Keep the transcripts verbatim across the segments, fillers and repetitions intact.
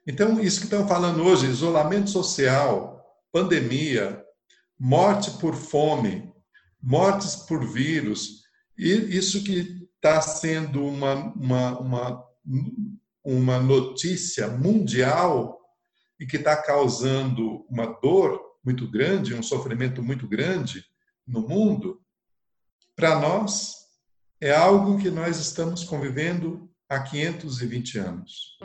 Então, isso que estão falando hoje, isolamento social, pandemia, morte por fome, mortes por vírus, e isso que está sendo uma, uma, uma, uma notícia mundial e que está causando uma dor muito grande, um sofrimento muito grande no mundo, para nós é algo que nós estamos convivendo há quinhentos e vinte anos.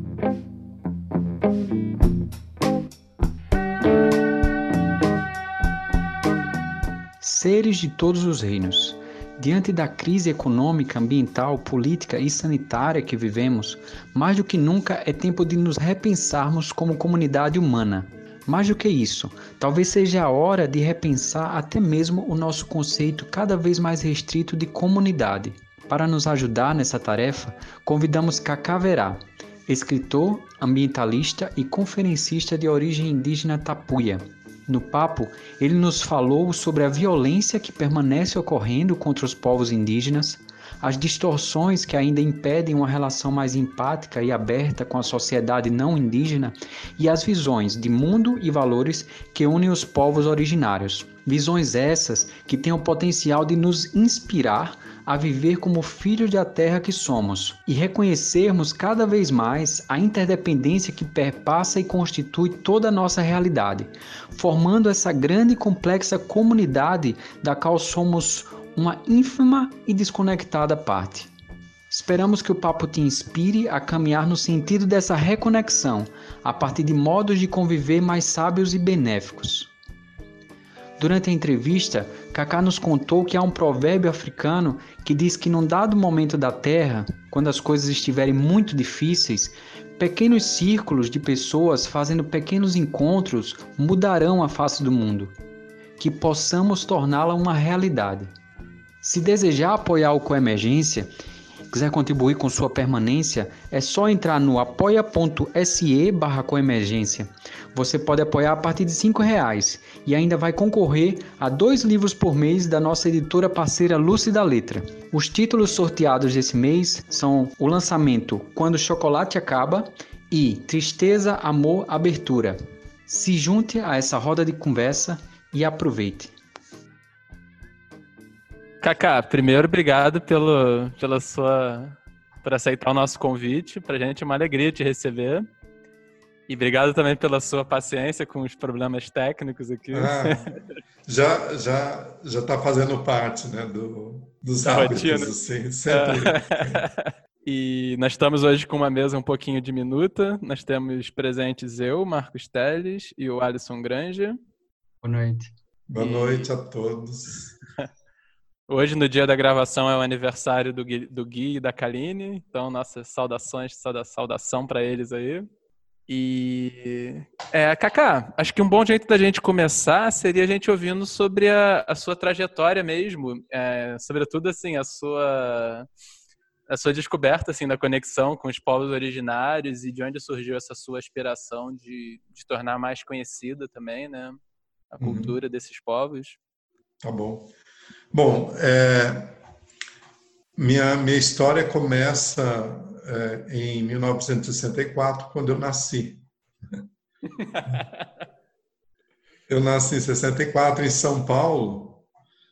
Seres de todos os reinos. Diante da crise econômica, ambiental, política e sanitária que vivemos, mais do que nunca é tempo de nos repensarmos como comunidade humana. Mais do que isso, talvez seja a hora de repensar até mesmo o nosso conceito cada vez mais restrito de comunidade. Para nos ajudar nessa tarefa, convidamos Cacá Verá, escritor, ambientalista e conferencista de origem indígena tapuia. No papo, ele nos falou sobre a violência que permanece ocorrendo contra os povos indígenas, as distorções que ainda impedem uma relação mais empática e aberta com a sociedade não indígena e as visões de mundo e valores que unem os povos originários. Visões essas que têm o potencial de nos inspirar a viver como filhos da terra que somos e reconhecermos cada vez mais a interdependência que perpassa e constitui toda a nossa realidade, formando essa grande e complexa comunidade da qual somos uma ínfima e desconectada parte. Esperamos que o papo te inspire a caminhar no sentido dessa reconexão, a partir de modos de conviver mais sábios e benéficos. Durante a entrevista, Cacá nos contou que há um provérbio africano que diz que num dado momento da Terra, quando as coisas estiverem muito difíceis, pequenos círculos de pessoas fazendo pequenos encontros mudarão a face do mundo, que possamos torná-la uma realidade. Se desejar apoiar o Coemergência, quiser contribuir com sua permanência, é só entrar no apoia.se barra coemergência. Você pode apoiar a partir de cinco reais e ainda vai concorrer a dois livros por mês da nossa editora parceira Lúcida Letra. Os títulos sorteados desse mês são o lançamento Quando o Chocolate Acaba e Tristeza, Amor, Abertura. Se junte a essa roda de conversa e aproveite. Cacá, primeiro, obrigado pelo, pela sua, por aceitar o nosso convite. Para a gente é uma alegria te receber. E obrigado também pela sua paciência com os problemas técnicos aqui. Ah, já já já está fazendo parte, né, do, dos Da hábitos, rotina. assim, sempre. É. E nós estamos hoje com uma mesa um pouquinho diminuta. Nós temos presentes eu, Marcos Teles e o Alisson Granger. Boa noite. Boa E... noite a todos. Hoje, no dia da gravação, é o aniversário do Gui, do Gui e da Kaline. Então, nossas saudações, sauda, saudação para eles aí. E... É, Cacá, acho que um bom jeito da gente começar seria a gente ouvindo sobre a, a sua trajetória mesmo. É, sobretudo, assim, a sua... a sua descoberta assim, da conexão com os povos originários e de onde surgiu essa sua aspiração de, de tornar mais conhecida também, né, a cultura uhum. desses povos. Tá bom. Bom, é, minha, minha história começa é, em mil novecentos e sessenta e quatro, quando eu nasci. Eu nasci em sessenta e quatro em São Paulo,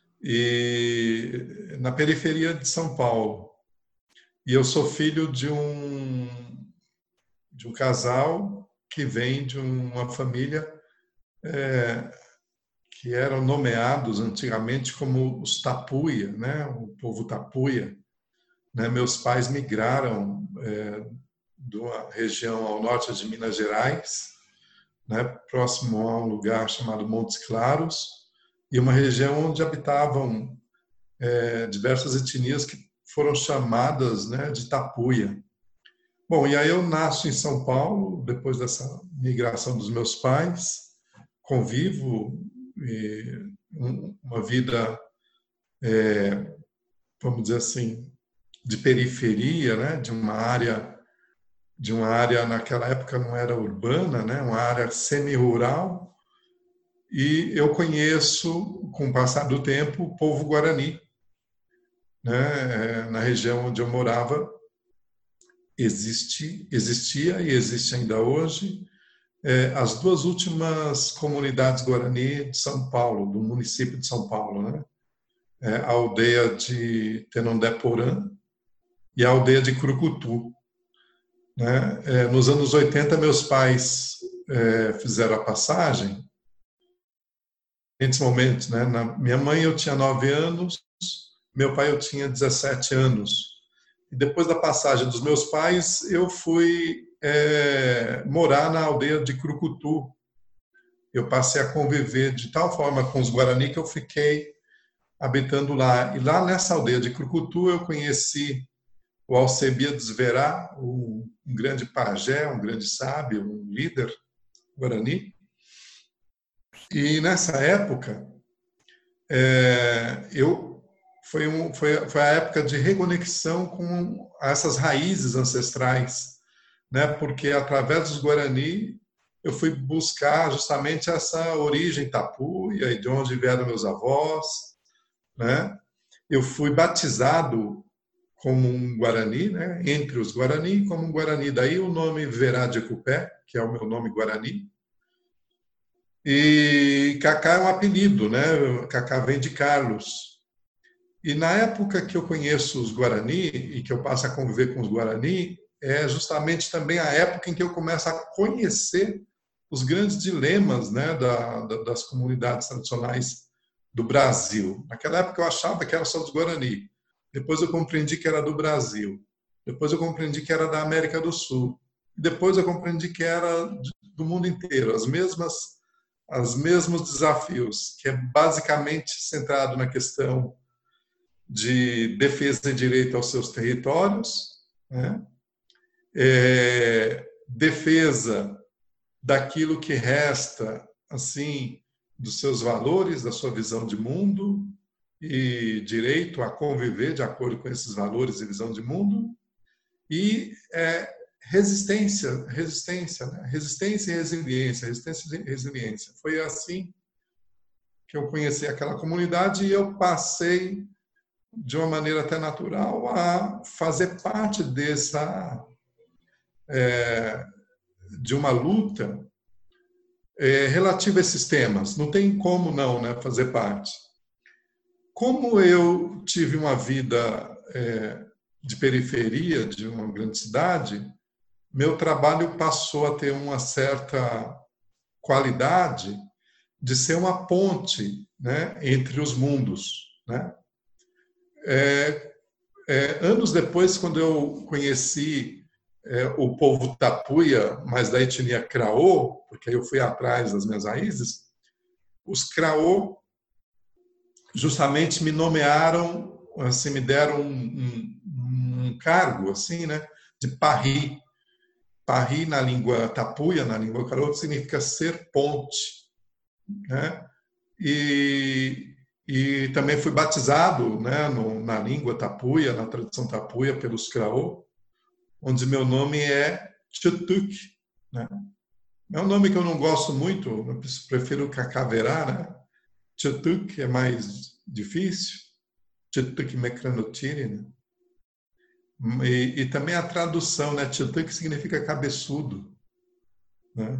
e na periferia de São Paulo. E eu sou filho de um, de um casal que vem de uma família é, que eram nomeados antigamente como os tapuia, né? O povo tapuia. Né? Meus pais migraram é, de uma região ao norte de Minas Gerais, né? Próximo a um lugar chamado Montes Claros, e uma região onde habitavam é, diversas etnias que foram chamadas, né, de tapuia. Bom, e aí eu nasço em São Paulo, depois dessa migração dos meus pais, convivo e uma vida, é, vamos dizer assim, de periferia, né, de uma área, de uma área naquela época não era urbana, né, uma área semi-rural, e eu conheço, com o passar do tempo, o povo guarani, né, na região onde eu morava. existe, existia e existe ainda hoje, é, as duas últimas comunidades Guarani de São Paulo, do município de São Paulo, né? É, a aldeia de Tenondé-Porã e a aldeia de Crucutu. Né? É, nos anos oitenta, meus pais é, fizeram a passagem, nesses momentos, né? Na minha mãe eu tinha nove anos, meu pai eu tinha dezessete anos. E depois da passagem dos meus pais, eu fui é, morar na aldeia de Crucutu. Eu passei a conviver de tal forma com os Guarani que eu fiquei habitando lá. E lá nessa aldeia de Crucutu eu conheci o Alcebiades Verá, um grande pajé, um grande sábio, um líder Guarani. E nessa época, é, eu, foi, um, foi, foi a época de reconexão com essas raízes ancestrais, né? Porque através dos Guarani eu fui buscar justamente essa origem tapuia e de onde vieram meus avós, né? Eu fui batizado como um Guarani, né? Entre os Guarani, como um Guarani. Daí o nome Verá de Ecupé, que é o meu nome Guarani. E Cacá é um apelido, né? Cacá vem de Carlos. E na época que eu conheço os Guarani e que eu passo a conviver com os Guarani, é justamente também a época em que eu começo a conhecer os grandes dilemas, né, da, da, das comunidades tradicionais do Brasil. Naquela época eu achava que era só dos Guarani. Depois eu compreendi que era do Brasil. Depois eu compreendi que era da América do Sul. Depois eu compreendi que era do mundo inteiro. As mesmas os mesmos desafios, que é basicamente centrado na questão de defesa e direito aos seus territórios, né? É, defesa daquilo que resta, assim, dos seus valores, da sua visão de mundo e direito a conviver de acordo com esses valores e visão de mundo, e é, resistência, resistência, né? resistência e resiliência, resistência e resiliência. Foi assim que eu conheci aquela comunidade e eu passei, de uma maneira até natural, a fazer parte dessa, é, de uma luta é, relativa a esses temas. Não tem como não, né, fazer parte. Como eu tive uma vida é, de periferia, de uma grande cidade, meu trabalho passou a ter uma certa qualidade de ser uma ponte, né, entre os mundos, né? É, é, anos depois, quando eu conheci é, o povo tapuia, mas da etnia Craô, porque eu fui atrás das minhas raízes, os Craô justamente me nomearam, assim, me deram um, um, um cargo, assim, né, de parri. Parri, na língua tapuia, na língua Craô, significa ser ponte, né? E, e também fui batizado, né, no, na língua tapuia, na tradição tapuia, pelos Craô, onde meu nome é Chutuk, né? É um nome que eu não gosto muito, eu prefiro Cacaverá, né? Chutuk é mais difícil, Chutuk Mecranotiri, né? E, e também a tradução, né? Chutuk significa cabeçudo, né?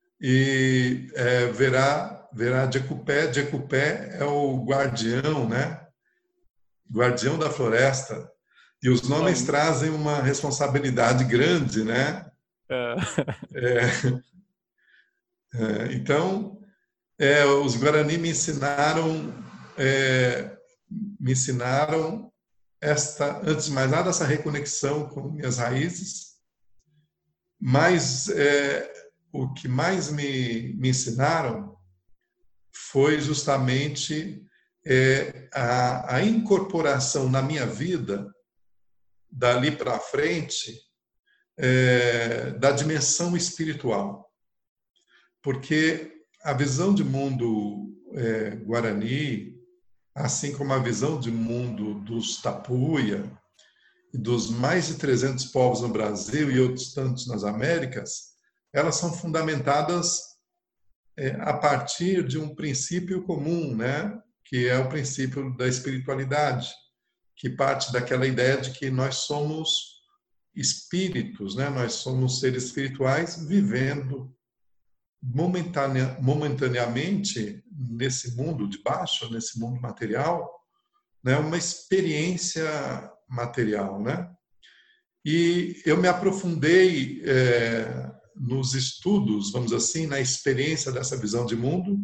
E é, verá, verá de Ecupé, de Ecupé é o guardião, né? Guardião da floresta. E os nomes trazem uma responsabilidade grande, né? É. É, é, então, é, os Guarani me ensinaram, é, me ensinaram esta, antes de mais nada, essa reconexão com minhas raízes, mas é, o que mais me, me ensinaram foi justamente é, a, a incorporação na minha vida, dali para frente, é, da dimensão espiritual. Porque a visão de mundo é, Guarani, assim como a visão de mundo dos Tapuia e dos mais de trezentos povos no Brasil e outros tantos nas Américas, elas são fundamentadas é, a partir de um princípio comum, né? Que é o princípio da espiritualidade, que parte daquela ideia de que nós somos espíritos, né? Nós somos seres espirituais vivendo momentânea, momentaneamente nesse mundo de baixo, nesse mundo material, né? Uma experiência material, né? E eu me aprofundei é, nos estudos, vamos dizer assim, na experiência dessa visão de mundo,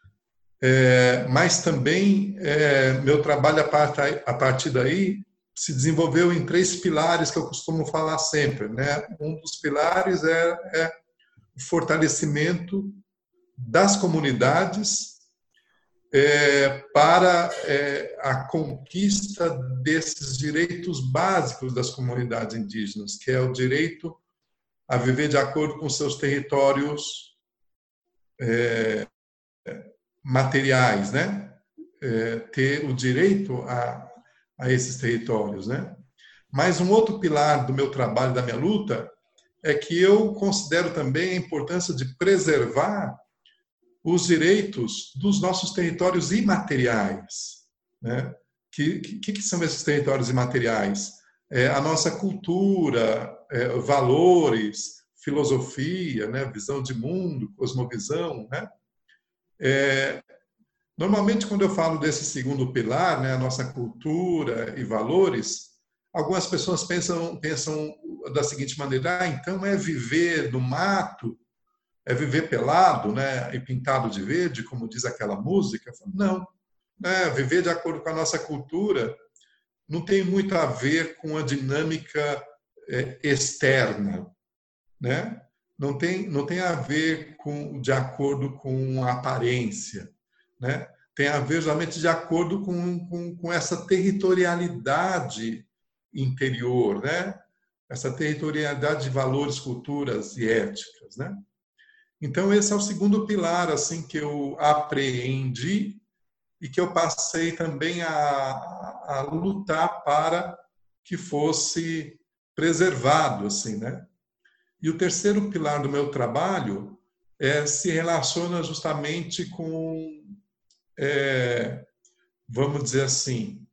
é, mas também é, meu trabalho a partir, a partir daí se desenvolveu em três pilares que eu costumo falar sempre, né? Um dos pilares é, é o fortalecimento das comunidades é, para é, a conquista desses direitos básicos das comunidades indígenas, que é o direito a viver de acordo com seus territórios é, materiais, né? É, ter o direito a, a esses territórios, né? Mas um outro pilar do meu trabalho, da minha luta, é que eu considero também a importância de preservar os direitos dos nossos territórios imateriais, né? Que, que, que são esses territórios imateriais? É a nossa cultura, é, valores, filosofia, né? Visão de mundo, cosmovisão, né? É, normalmente, quando eu falo desse segundo pilar, né, a nossa cultura e valores, algumas pessoas pensam, pensam da seguinte maneira: ah, então é viver no mato, é viver pelado, né, e pintado de verde, como diz aquela música. Não, né, viver de acordo com a nossa cultura não tem muito a ver com a dinâmica é, externa, né? Não tem, não tem a ver com de acordo com a aparência, né? Tem a ver realmente de acordo com, com, com essa territorialidade interior, né? Essa territorialidade de valores, culturas e éticas, né? Então esse é o segundo pilar assim que eu apreendi e que eu passei também a, a lutar para que fosse preservado, assim, né? E o terceiro pilar do meu trabalho é, se relaciona justamente com, é, vamos dizer assim,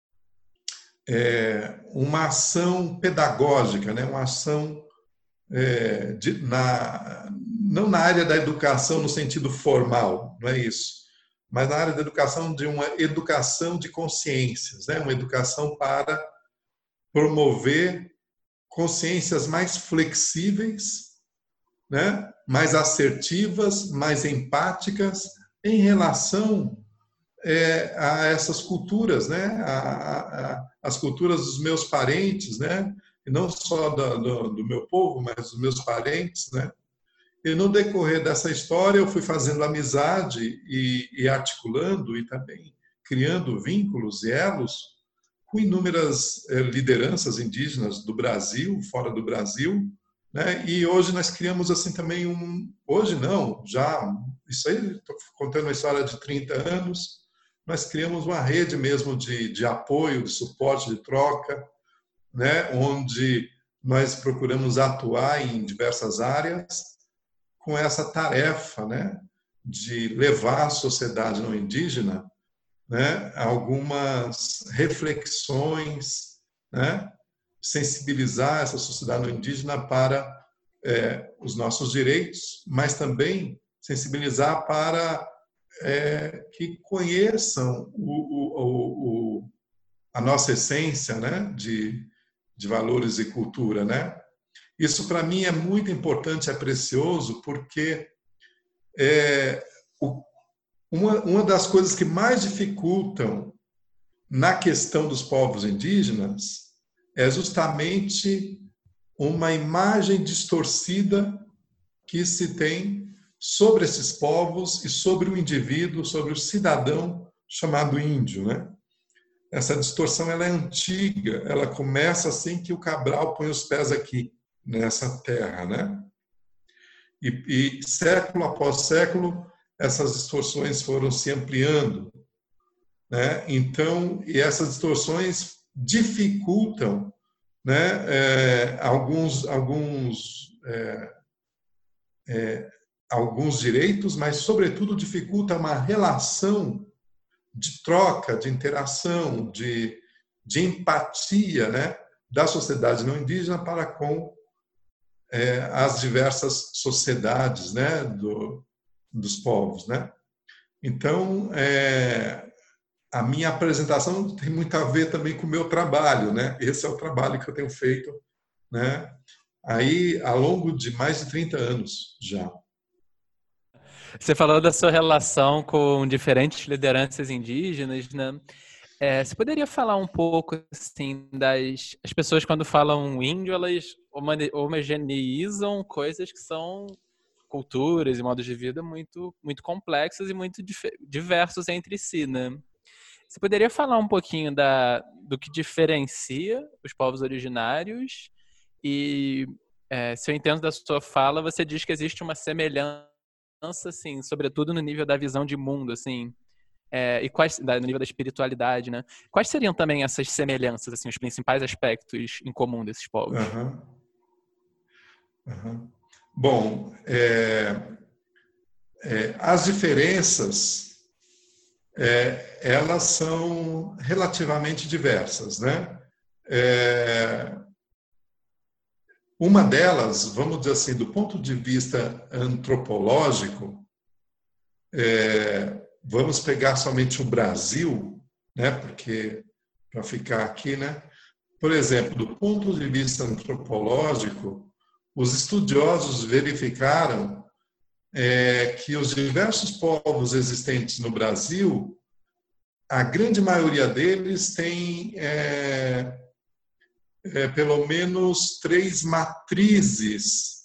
é, uma ação pedagógica, né? Uma ação é, de, na, não na área da educação no sentido formal, não é isso, mas na área da educação, de uma educação de consciências, né? Uma educação para promover consciências mais flexíveis, né? Mais assertivas, mais empáticas em relação é, a essas culturas, né? A, a, a, as culturas dos meus parentes, né? E não só do, do, do meu povo, mas dos meus parentes, né? E no decorrer dessa história eu fui fazendo amizade e, e articulando e também criando vínculos e elos com inúmeras lideranças indígenas do Brasil, fora do Brasil, né? E hoje nós criamos assim também um, hoje não, já, isso aí, estou contando uma história de trinta anos, nós criamos uma rede mesmo de, de apoio, de suporte, de troca, né? Onde nós procuramos atuar em diversas áreas com essa tarefa, né? De levar a sociedade não indígena, né, algumas reflexões, né, sensibilizar essa sociedade indígena para é, os nossos direitos, mas também sensibilizar para é, que conheçam o, o, o, a nossa essência, né, de, de valores e cultura, né? Isso para mim é muito importante, é precioso, porque é, o Uma, uma das coisas que mais dificultam na questão dos povos indígenas é justamente uma imagem distorcida que se tem sobre esses povos e sobre o indivíduo, sobre o cidadão chamado índio, né? Essa distorção ela é antiga, ela começa assim que o Cabral põe os pés aqui, nessa terra, né? E, e século após século, essas distorções foram se ampliando, né? Então, e essas distorções dificultam, né, é, alguns, alguns, é, é, alguns direitos, mas, sobretudo, dificulta uma relação de troca, de interação, de, de empatia, né, da sociedade não indígena para com é, as diversas sociedades, né, do, dos povos, né? Então, é, a minha apresentação tem muito a ver também com o meu trabalho, né? Esse é o trabalho que eu tenho feito, né? Aí, ao longo de mais de trinta anos já. Você falou da sua relação com diferentes lideranças indígenas, né? É, você poderia falar um pouco, assim, das as pessoas quando falam índio, elas homogeneizam coisas que são culturas e modos de vida muito, muito complexos e muito diversos entre si, né? Você poderia falar um pouquinho da, do que diferencia os povos originários e, é, se eu entendo da sua fala, você diz que existe uma semelhança, assim, sobretudo no nível da visão de mundo, assim, é, e quais, no nível da espiritualidade, né? Quais seriam também essas semelhanças, assim, os principais aspectos em comum desses povos? Uhum. Uhum. Bom, é, é, as diferenças, é, elas são relativamente diversas, né? É, uma delas, vamos dizer assim, do ponto de vista antropológico, é, vamos pegar somente o Brasil, né? Porque para ficar aqui, né? Por exemplo, do ponto de vista antropológico, os estudiosos verificaram é, que os diversos povos existentes no Brasil, a grande maioria deles tem é, é, pelo menos três matrizes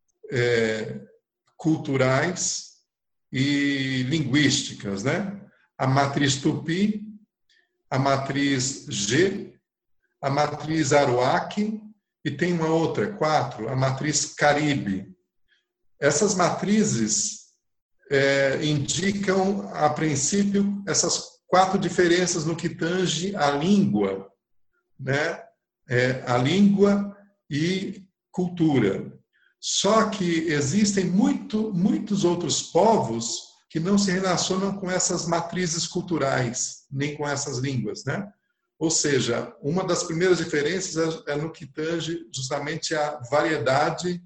é, culturais e linguísticas, né? A matriz Tupi, a matriz G, a matriz Aruaque e tem uma outra, quatro, a matriz Caribe. Essas matrizes é, indicam, a princípio, essas quatro diferenças no que tange a língua, né? É, a língua e cultura. Só que existem muito, muitos outros povos que não se relacionam com essas matrizes culturais, nem com essas línguas, né? Ou seja, uma das primeiras diferenças é no que tange justamente a variedade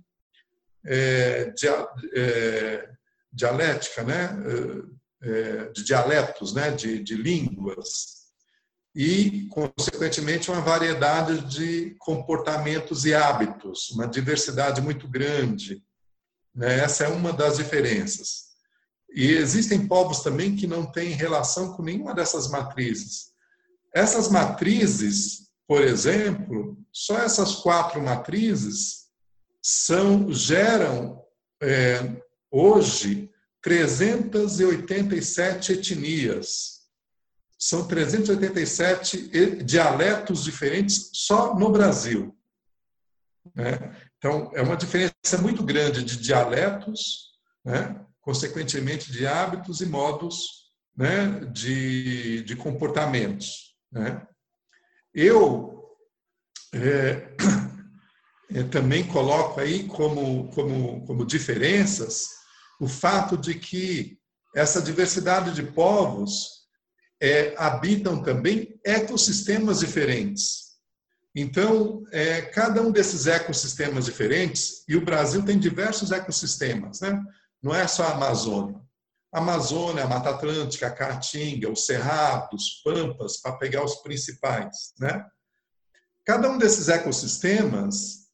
é, de, é, dialética, né? É, de dialetos, né? de, de línguas. E, consequentemente, uma variedade de comportamentos e hábitos, uma diversidade muito grande. Né? Essa é uma das diferenças. E existem povos também que não têm relação com nenhuma dessas matrizes. Essas matrizes, por exemplo, só essas quatro matrizes são, geram, é, hoje, trezentas e oitenta e sete etnias. São trezentos e oitenta e sete dialetos diferentes só no Brasil. Né? Então, é uma diferença muito grande de dialetos, né? Consequentemente de hábitos e modos, né? de, de comportamentos. Né? Eu é, eu também coloco aí como, como, como diferenças o fato de que essa diversidade de povos É, habitam também ecossistemas diferentes. Então, é, cada um desses ecossistemas diferentes, e o Brasil tem diversos ecossistemas, né? Não é só a Amazônia. A Amazônia, a Mata Atlântica, a Caatinga, os Cerrados, Pampas, para pegar os principais, né? Cada um desses ecossistemas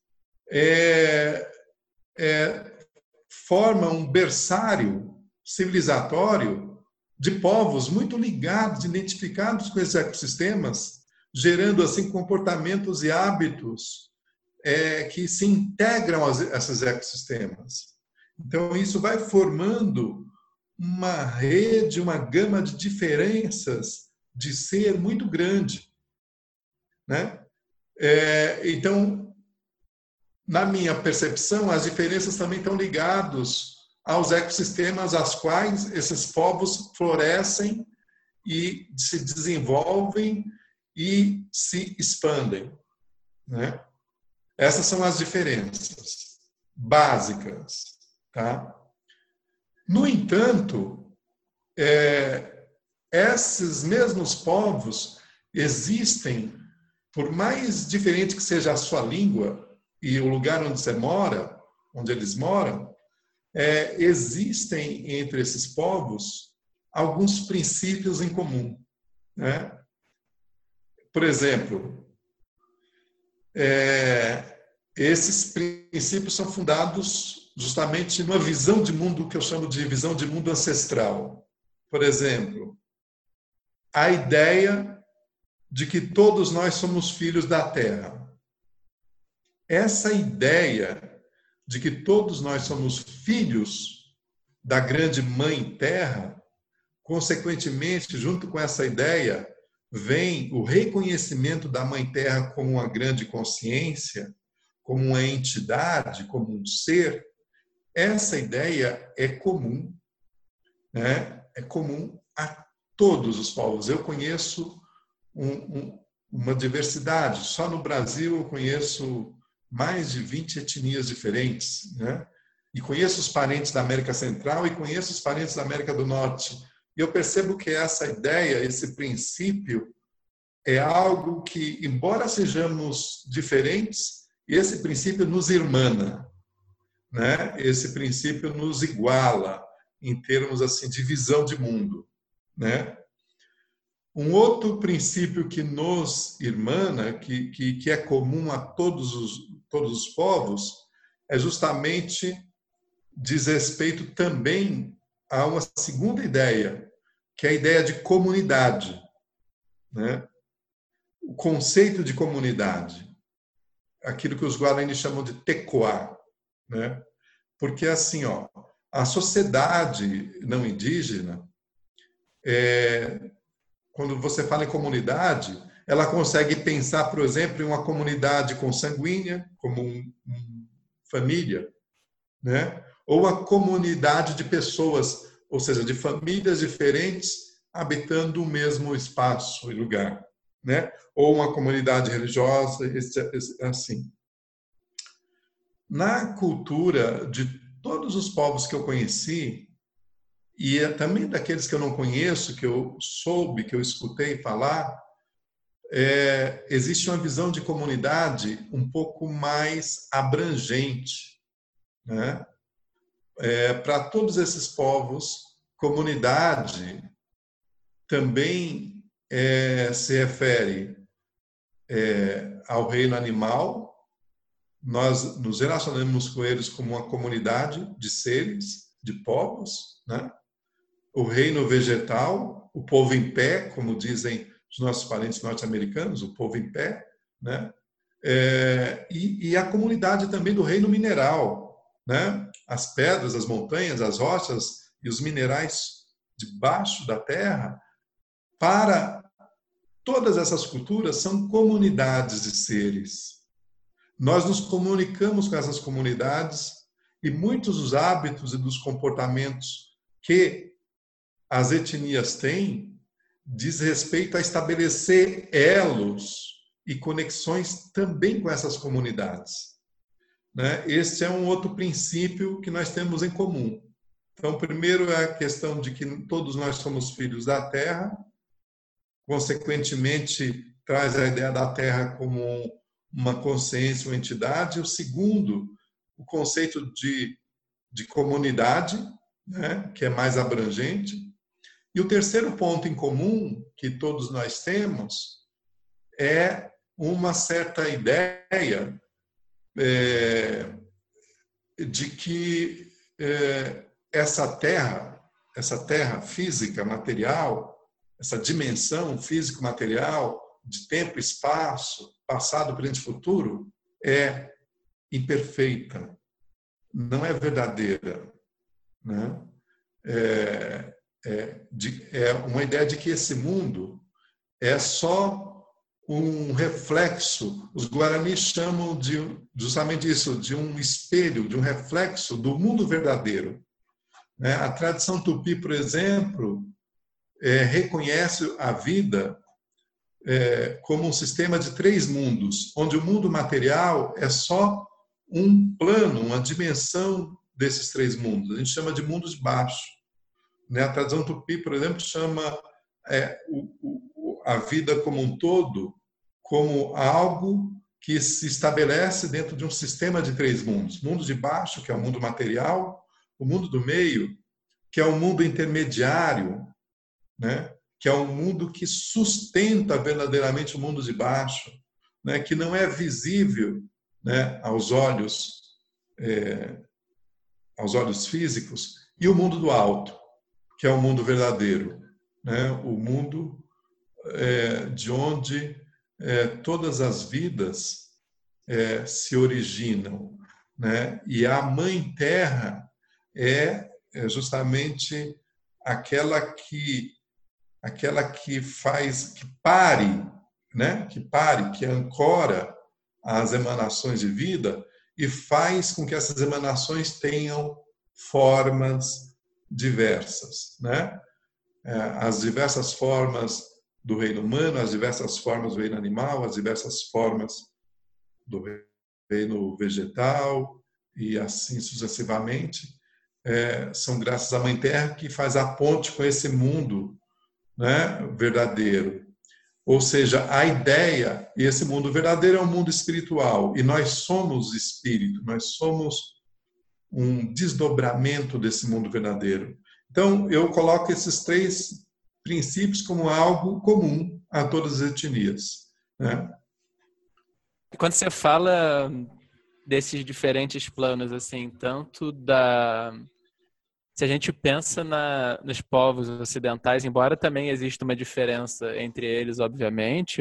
é, é, forma um berçário civilizatório de povos muito ligados, identificados com esses ecossistemas, gerando assim comportamentos e hábitos é, que se integram a esses ecossistemas. Então, isso vai formando uma rede, uma gama de diferenças de ser muito grande. Né? É, então, na minha percepção, as diferenças também estão ligadas aos ecossistemas aos quais esses povos florescem e se desenvolvem e se expandem. Né? Essas são as diferenças básicas. Tá? No entanto, é, esses mesmos povos existem por mais diferente que seja a sua língua e o lugar onde você mora, onde eles moram, é, existem entre esses povos alguns princípios em comum, né? Por exemplo, é, esses princípios são fundados justamente numa visão de mundo que eu chamo de visão de mundo ancestral. Por exemplo, a ideia de que todos nós somos filhos da Terra. Essa ideia de que todos nós somos filhos da grande Mãe Terra, consequentemente, junto com essa ideia, vem o reconhecimento da Mãe Terra como uma grande consciência, como uma entidade, como um ser. Essa ideia é comum, né? É comum a todos os povos. Eu conheço um, um, uma diversidade. Só no Brasil eu conheço mais de vinte etnias diferentes, né? E conheço os parentes da América Central e conheço os parentes da América do Norte. E eu percebo que essa ideia, esse princípio, é algo que, embora sejamos diferentes, esse princípio nos irmana, né? Esse princípio nos iguala em termos assim de visão de mundo, né? Um outro princípio que nos irmana, que, que, que é comum a todos os, todos os povos, é justamente diz respeito também a uma segunda ideia, que é a ideia de comunidade, né? O conceito de comunidade, aquilo que os guaranis chamam de tecoá, né? Porque assim, ó, a sociedade não indígena, é, quando você fala em comunidade, ela consegue pensar, por exemplo, em uma comunidade consanguínea, como um, um, família, né? Ou a comunidade de pessoas, ou seja, de famílias diferentes habitando o mesmo espaço e lugar, né? Ou uma comunidade religiosa, assim. Na cultura de todos os povos que eu conheci, e também daqueles que eu não conheço, que eu soube, que eu escutei falar, é, existe uma visão de comunidade um pouco mais abrangente, né? É, para todos esses povos, comunidade também é, se refere é, ao reino animal. Nós nos relacionamos com eles como uma comunidade de seres, de povos, né? O reino vegetal, o povo em pé, como dizem os nossos parentes norte-americanos, o povo em pé, né? É, e, e a comunidade também do reino mineral, né? As pedras, as montanhas, as rochas e os minerais debaixo da terra, para todas essas culturas, são comunidades de seres. Nós nos comunicamos com essas comunidades e muitos dos hábitos e dos comportamentos que as etnias têm diz respeito a estabelecer elos e conexões também com essas comunidades, né? Este é um outro princípio que nós temos em comum. Então, primeiro é a questão de que todos nós somos filhos da terra, consequentemente, traz a ideia da terra como uma consciência, uma entidade. O segundo, o conceito de, de comunidade, né, que é mais abrangente. E o terceiro ponto em comum que todos nós temos é uma certa ideia é, de que é, essa terra, essa terra física, material, essa dimensão físico-material de tempo e espaço, passado, presente e futuro, é imperfeita, não é verdadeira, né? É, é, de, é uma ideia de que esse mundo é só um reflexo, os guaranis chamam de justamente isso, de um espelho, de um reflexo do mundo verdadeiro, né? A tradição tupi, por exemplo, é, reconhece a vida é, como um sistema de três mundos, onde o mundo material é só um plano, uma dimensão desses três mundos. A gente chama de mundos de baixo, né? A tradição tupi, por exemplo, chama é, o, o, a vida como um todo como algo que se estabelece dentro de um sistema de três mundos. Mundo de baixo, que é o mundo material, o mundo do meio, que é o mundo intermediário, né? Que é um mundo que sustenta verdadeiramente o mundo de baixo, né? Que não é visível, né? aos olhos, é, aos olhos físicos, e o mundo do alto, que é o mundo verdadeiro, né? O mundo é, de onde é, todas as vidas é, se originam, né? E a Mãe Terra é, é justamente aquela que aquela que faz que pare, né? Que pare, que ancora as emanações de vida e faz com que essas emanações tenham formas diversas, né? As diversas formas do reino humano, as diversas formas do reino animal, as diversas formas do reino vegetal e assim sucessivamente, é, são graças à Mãe Terra que faz a ponte com esse mundo, né, verdadeiro. Ou seja, a ideia, e esse mundo verdadeiro é um mundo espiritual, e nós somos espírito, nós somos um desdobramento desse mundo verdadeiro. Então, eu coloco esses três princípios como algo comum a todas as etnias, né? Quando você fala desses diferentes planos, assim, tanto da... Se a gente pensa na, nos povos ocidentais, embora também exista uma diferença entre eles, obviamente,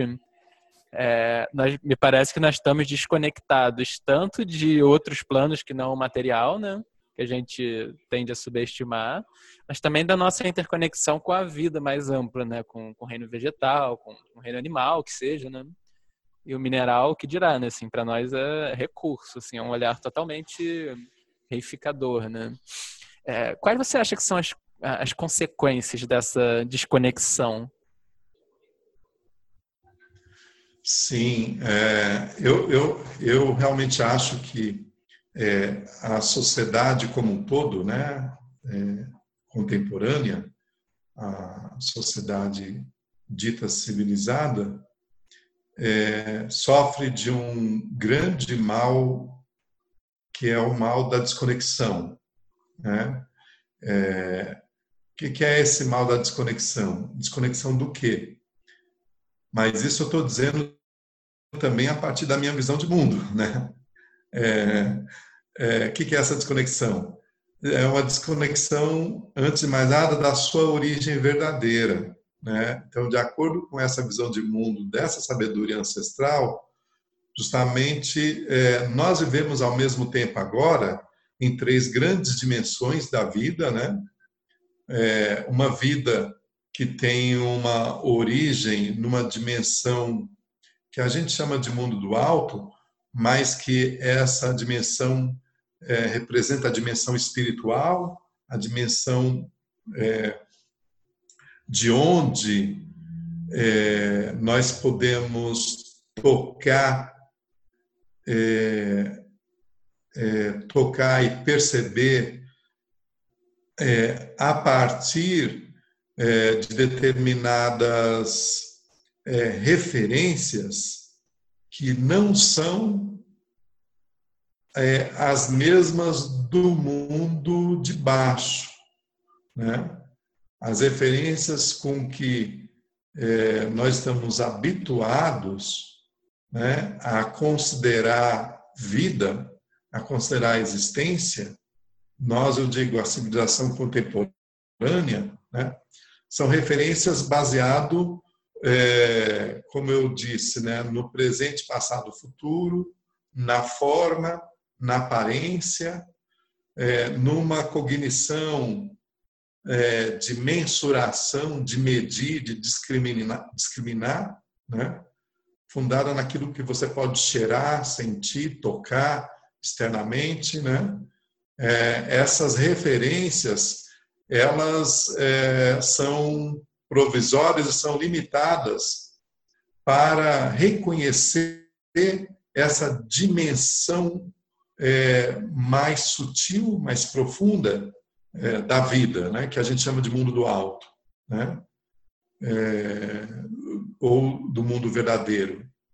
é, nós, me parece que nós estamos desconectados tanto de outros planos que não o material, né, que a gente tende a subestimar, mas também da nossa interconexão com a vida mais ampla, né, com, com o reino vegetal, com, com o reino animal, que seja, né, e o mineral, que dirá, né, assim, para nós é recurso, assim, é um olhar totalmente reificador, né. É, quais você acha que são as, as consequências dessa desconexão? Sim, é, eu, eu, eu realmente acho que é, a sociedade como um todo, né, é, contemporânea, a sociedade dita civilizada, é, sofre de um grande mal, que é o mal da desconexão, né? É, o que, que é esse mal da desconexão? Desconexão do quê? Mas isso eu estou dizendo também a partir da minha visão de mundo, né? É, é, o que, que é essa desconexão? É uma desconexão, antes de mais nada, da sua origem verdadeira, né? Então, de acordo com essa visão de mundo, dessa sabedoria ancestral, justamente é, nós vivemos ao mesmo tempo agora em três grandes dimensões da vida, né? É, uma vida que tem uma origem numa dimensão que a gente chama de mundo do alto, mas que essa dimensão é, representa a dimensão espiritual, a dimensão é, de onde é, nós podemos tocar, é, é, tocar e perceber é, a partir é, de determinadas é, referências que não são é, as mesmas do mundo de baixo, né? As referências com que é, nós estamos habituados, né, a considerar vida, a considerar a existência, nós, eu digo, a civilização contemporânea, né, são referências baseado, é, como eu disse, né, no presente, passado, futuro, na forma, na aparência, é, numa cognição é, de mensuração, de medir, de discriminar, discriminar, né, fundada naquilo que você pode cheirar, sentir, tocar externamente, né? É, essas referências, elas é, são provisórias e são limitadas para reconhecer essa dimensão é, mais sutil, mais profunda é, da vida, né? Que a gente chama de mundo do alto, né? É, ou do mundo verdadeiro,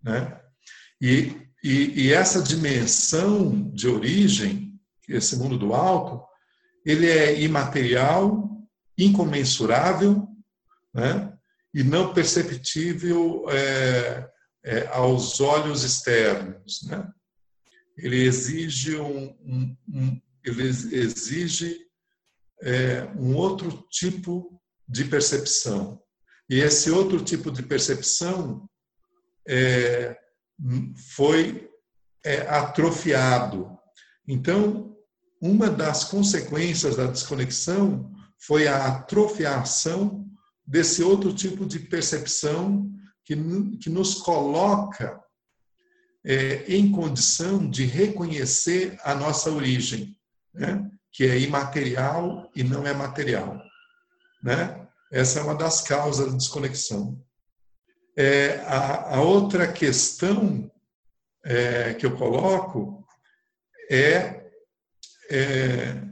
né? E, e, e essa dimensão de origem, esse mundo do alto, ele é imaterial, incomensurável, né? E não perceptível é, é, aos olhos externos, né? Ele exige um, um, um ele exige é, um outro tipo de percepção. E esse outro tipo de percepção é, foi é, atrofiado. Então, uma das consequências da desconexão foi a atrofiação desse outro tipo de percepção que, que nos coloca é, em condição de reconhecer a nossa origem, né? Que é imaterial e não é material, né? Essa é uma das causas da desconexão. É, a, a outra questão é, que eu coloco é, é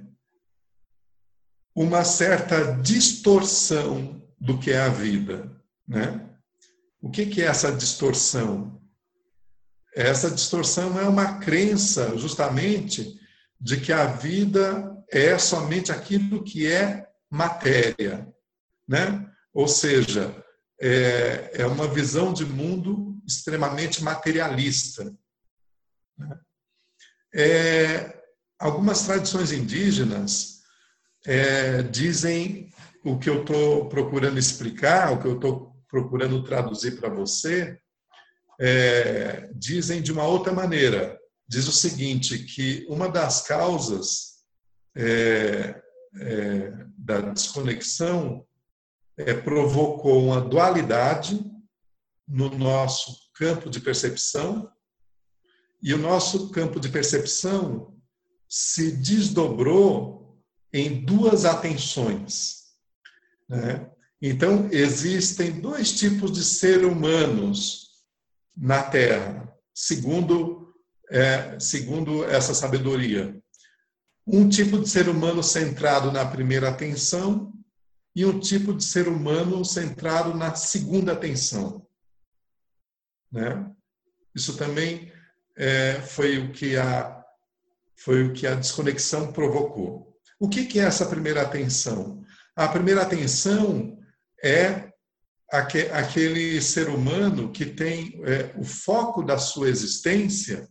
uma certa distorção do que é a vida, né? O que, que é essa distorção? Essa distorção é uma crença, justamente, de que a vida é somente aquilo que é matéria, né? Ou seja, é, é uma visão de mundo extremamente materialista. Né? É, algumas tradições indígenas é, dizem o que eu estou procurando explicar, o que eu estou procurando traduzir para você, é, dizem de uma outra maneira. Diz o seguinte, que uma das causas é, é, da desconexão é, provocou uma dualidade no nosso campo de percepção, e o nosso campo de percepção se desdobrou em duas atenções, né? Então, existem dois tipos de seres humanos na Terra, segundo, é, segundo essa sabedoria. Um tipo de ser humano centrado na primeira atenção e um tipo de ser humano centrado na segunda atenção, né? Isso também é, foi o que a, foi o que a desconexão provocou. O que, que é essa primeira atenção? A primeira atenção é aquele ser humano que tem é, o foco da sua existência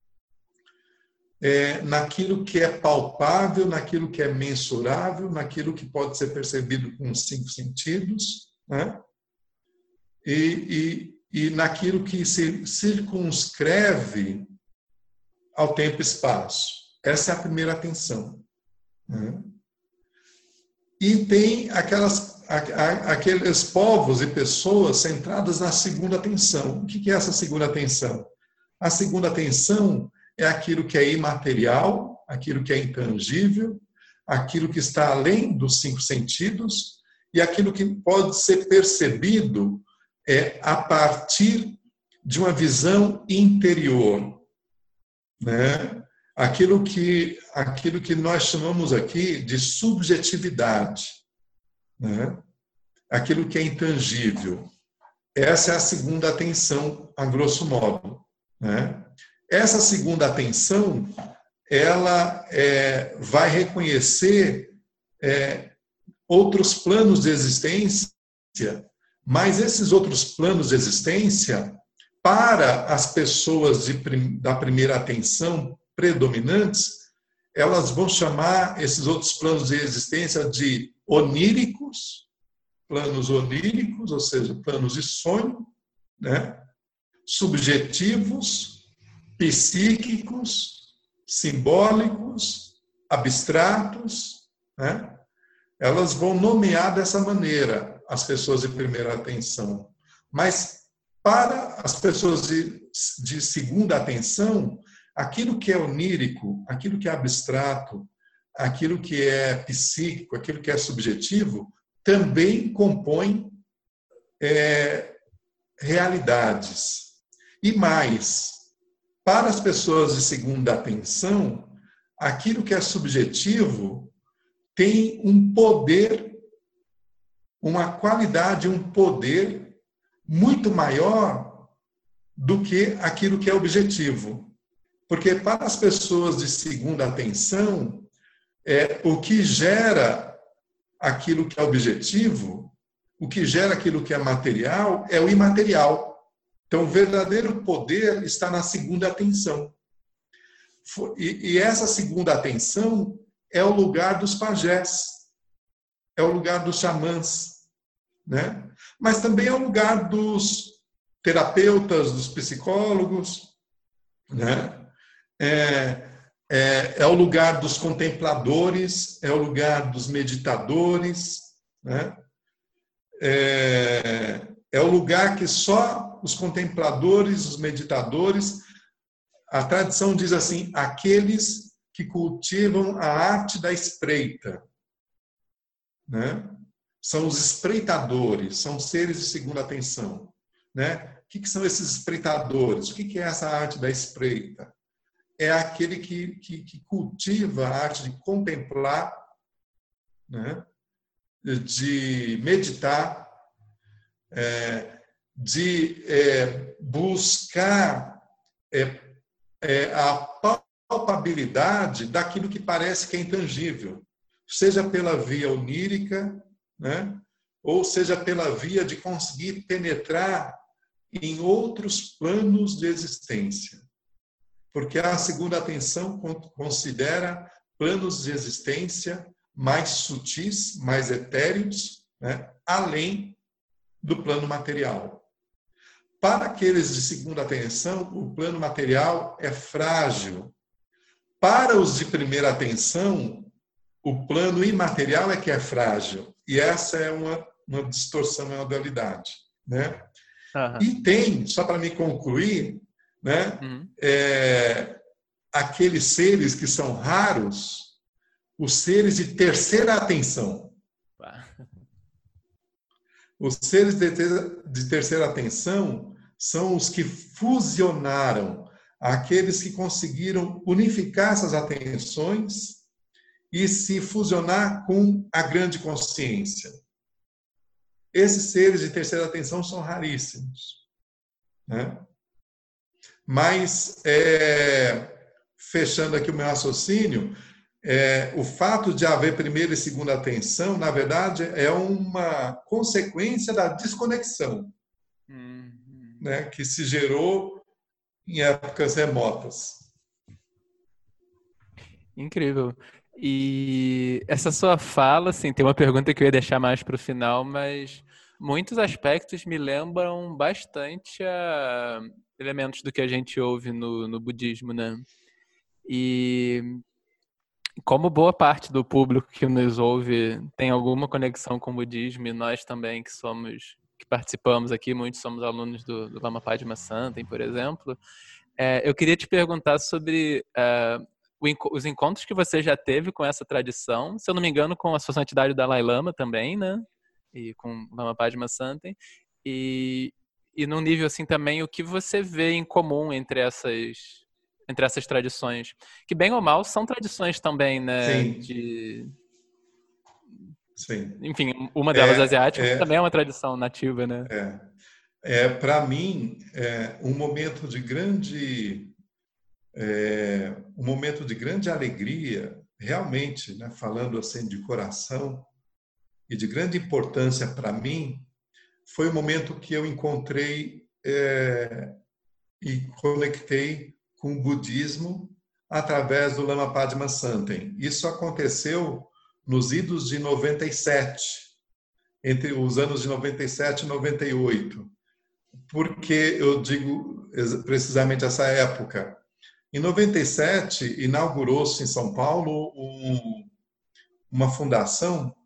é, naquilo que é palpável, naquilo que é mensurável, naquilo que pode ser percebido com os cinco sentidos, né? e, e, e naquilo que se circunscreve ao tempo e espaço. Essa é a primeira atenção. Né? E tem aquelas aqueles povos e pessoas centradas na segunda atenção. O que é essa segunda atenção? A segunda atenção é aquilo que é imaterial, aquilo que é intangível, aquilo que está além dos cinco sentidos e aquilo que pode ser percebido é, a partir de uma visão interior, né? Aquilo que, aquilo que nós chamamos aqui de subjetividade, né? Aquilo que é intangível. Essa é a segunda atenção, a grosso modo, né? Essa segunda atenção, ela é, vai reconhecer é, outros planos de existência, mas esses outros planos de existência, para as pessoas de, da primeira atenção predominantes, elas vão chamar esses outros planos de existência de oníricos, planos oníricos, ou seja, planos de sonho, né? Subjetivos, psíquicos, simbólicos, abstratos, né? Elas vão nomear dessa maneira as pessoas de primeira atenção. Mas para as pessoas de, de segunda atenção, aquilo que é onírico, aquilo que é abstrato, aquilo que é psíquico, aquilo que é subjetivo, também compõe é, realidades. E mais, para as pessoas de segunda atenção, aquilo que é subjetivo tem um poder, uma qualidade, um poder muito maior do que aquilo que é objetivo. Porque para as pessoas de segunda atenção, é, o que gera aquilo que é objetivo, o que gera aquilo que é material, é o imaterial. Então, o verdadeiro poder está na segunda atenção. E, e essa segunda atenção é o lugar dos pajés, é o lugar dos xamãs, né? Mas também é o lugar dos terapeutas, dos psicólogos, né? É, é, é o lugar dos contempladores, é o lugar dos meditadores, né? É, é o lugar que só os contempladores, os meditadores, a tradição diz assim, aqueles que cultivam a arte da espreita, né? São os espreitadores, são seres de segunda atenção, né? O que, que são esses espreitadores? O que, que é essa arte da espreita? É aquele que, que, que cultiva a arte de contemplar, né? De meditar, é, de é, buscar é, é, a palpabilidade daquilo que parece que é intangível, seja pela via onírica, né? Ou seja pela via de conseguir penetrar em outros planos de existência. Porque a segunda atenção considera planos de existência mais sutis, mais etéreos, né? Além do plano material. Para aqueles de segunda atenção, o plano material é frágil. Para os de primeira atenção, o plano imaterial é que é frágil. E essa é uma, uma distorção, é uma dualidade, né? Uhum. E tem, só para me concluir, né, uhum. é, aqueles seres que são raros, os seres de terceira atenção. Os seres de, ter, de terceira atenção são os que fusionaram, aqueles que conseguiram unificar essas atenções e se fusionar com a grande consciência. Esses seres de terceira atenção são raríssimos, né? Mas, é, fechando aqui o meu raciocínio, é, o fato de haver primeira e segunda atenção, na verdade, é uma consequência da desconexão, uhum. né, que se gerou em épocas remotas. Incrível. E essa sua fala, assim, tem uma pergunta que eu ia deixar mais para o final, mas muitos aspectos me lembram bastante a elementos do que a gente ouve no, no budismo, né? E como boa parte do público que nos ouve tem alguma conexão com o budismo, e nós também que somos, que participamos aqui, muitos somos alunos do, do Lama Padma-Santen, por exemplo, é, eu queria te perguntar sobre é, os encontros que você já teve com essa tradição, se eu não me engano, com a Sua Santidade o Dalai Lama também, né? E com o Lama Padma-Santen, e, e num nível assim também, o que você vê em comum entre essas, entre essas tradições, que bem ou mal são tradições também, né? Sim. De... Sim. Enfim, uma delas é, asiática é, também é uma tradição nativa, né? É, é para mim, é um momento de grande, é, um momento de grande alegria, realmente, né, falando assim de coração, e de grande importância para mim, foi o momento que eu encontrei é, e conectei com o budismo através do Lama Padma-Santen. Isso aconteceu nos idos de noventa e sete, entre os anos de noventa e sete e noventa e oito. Por que eu digo precisamente essa época? Em noventa e sete, inaugurou-se em São Paulo um, uma fundação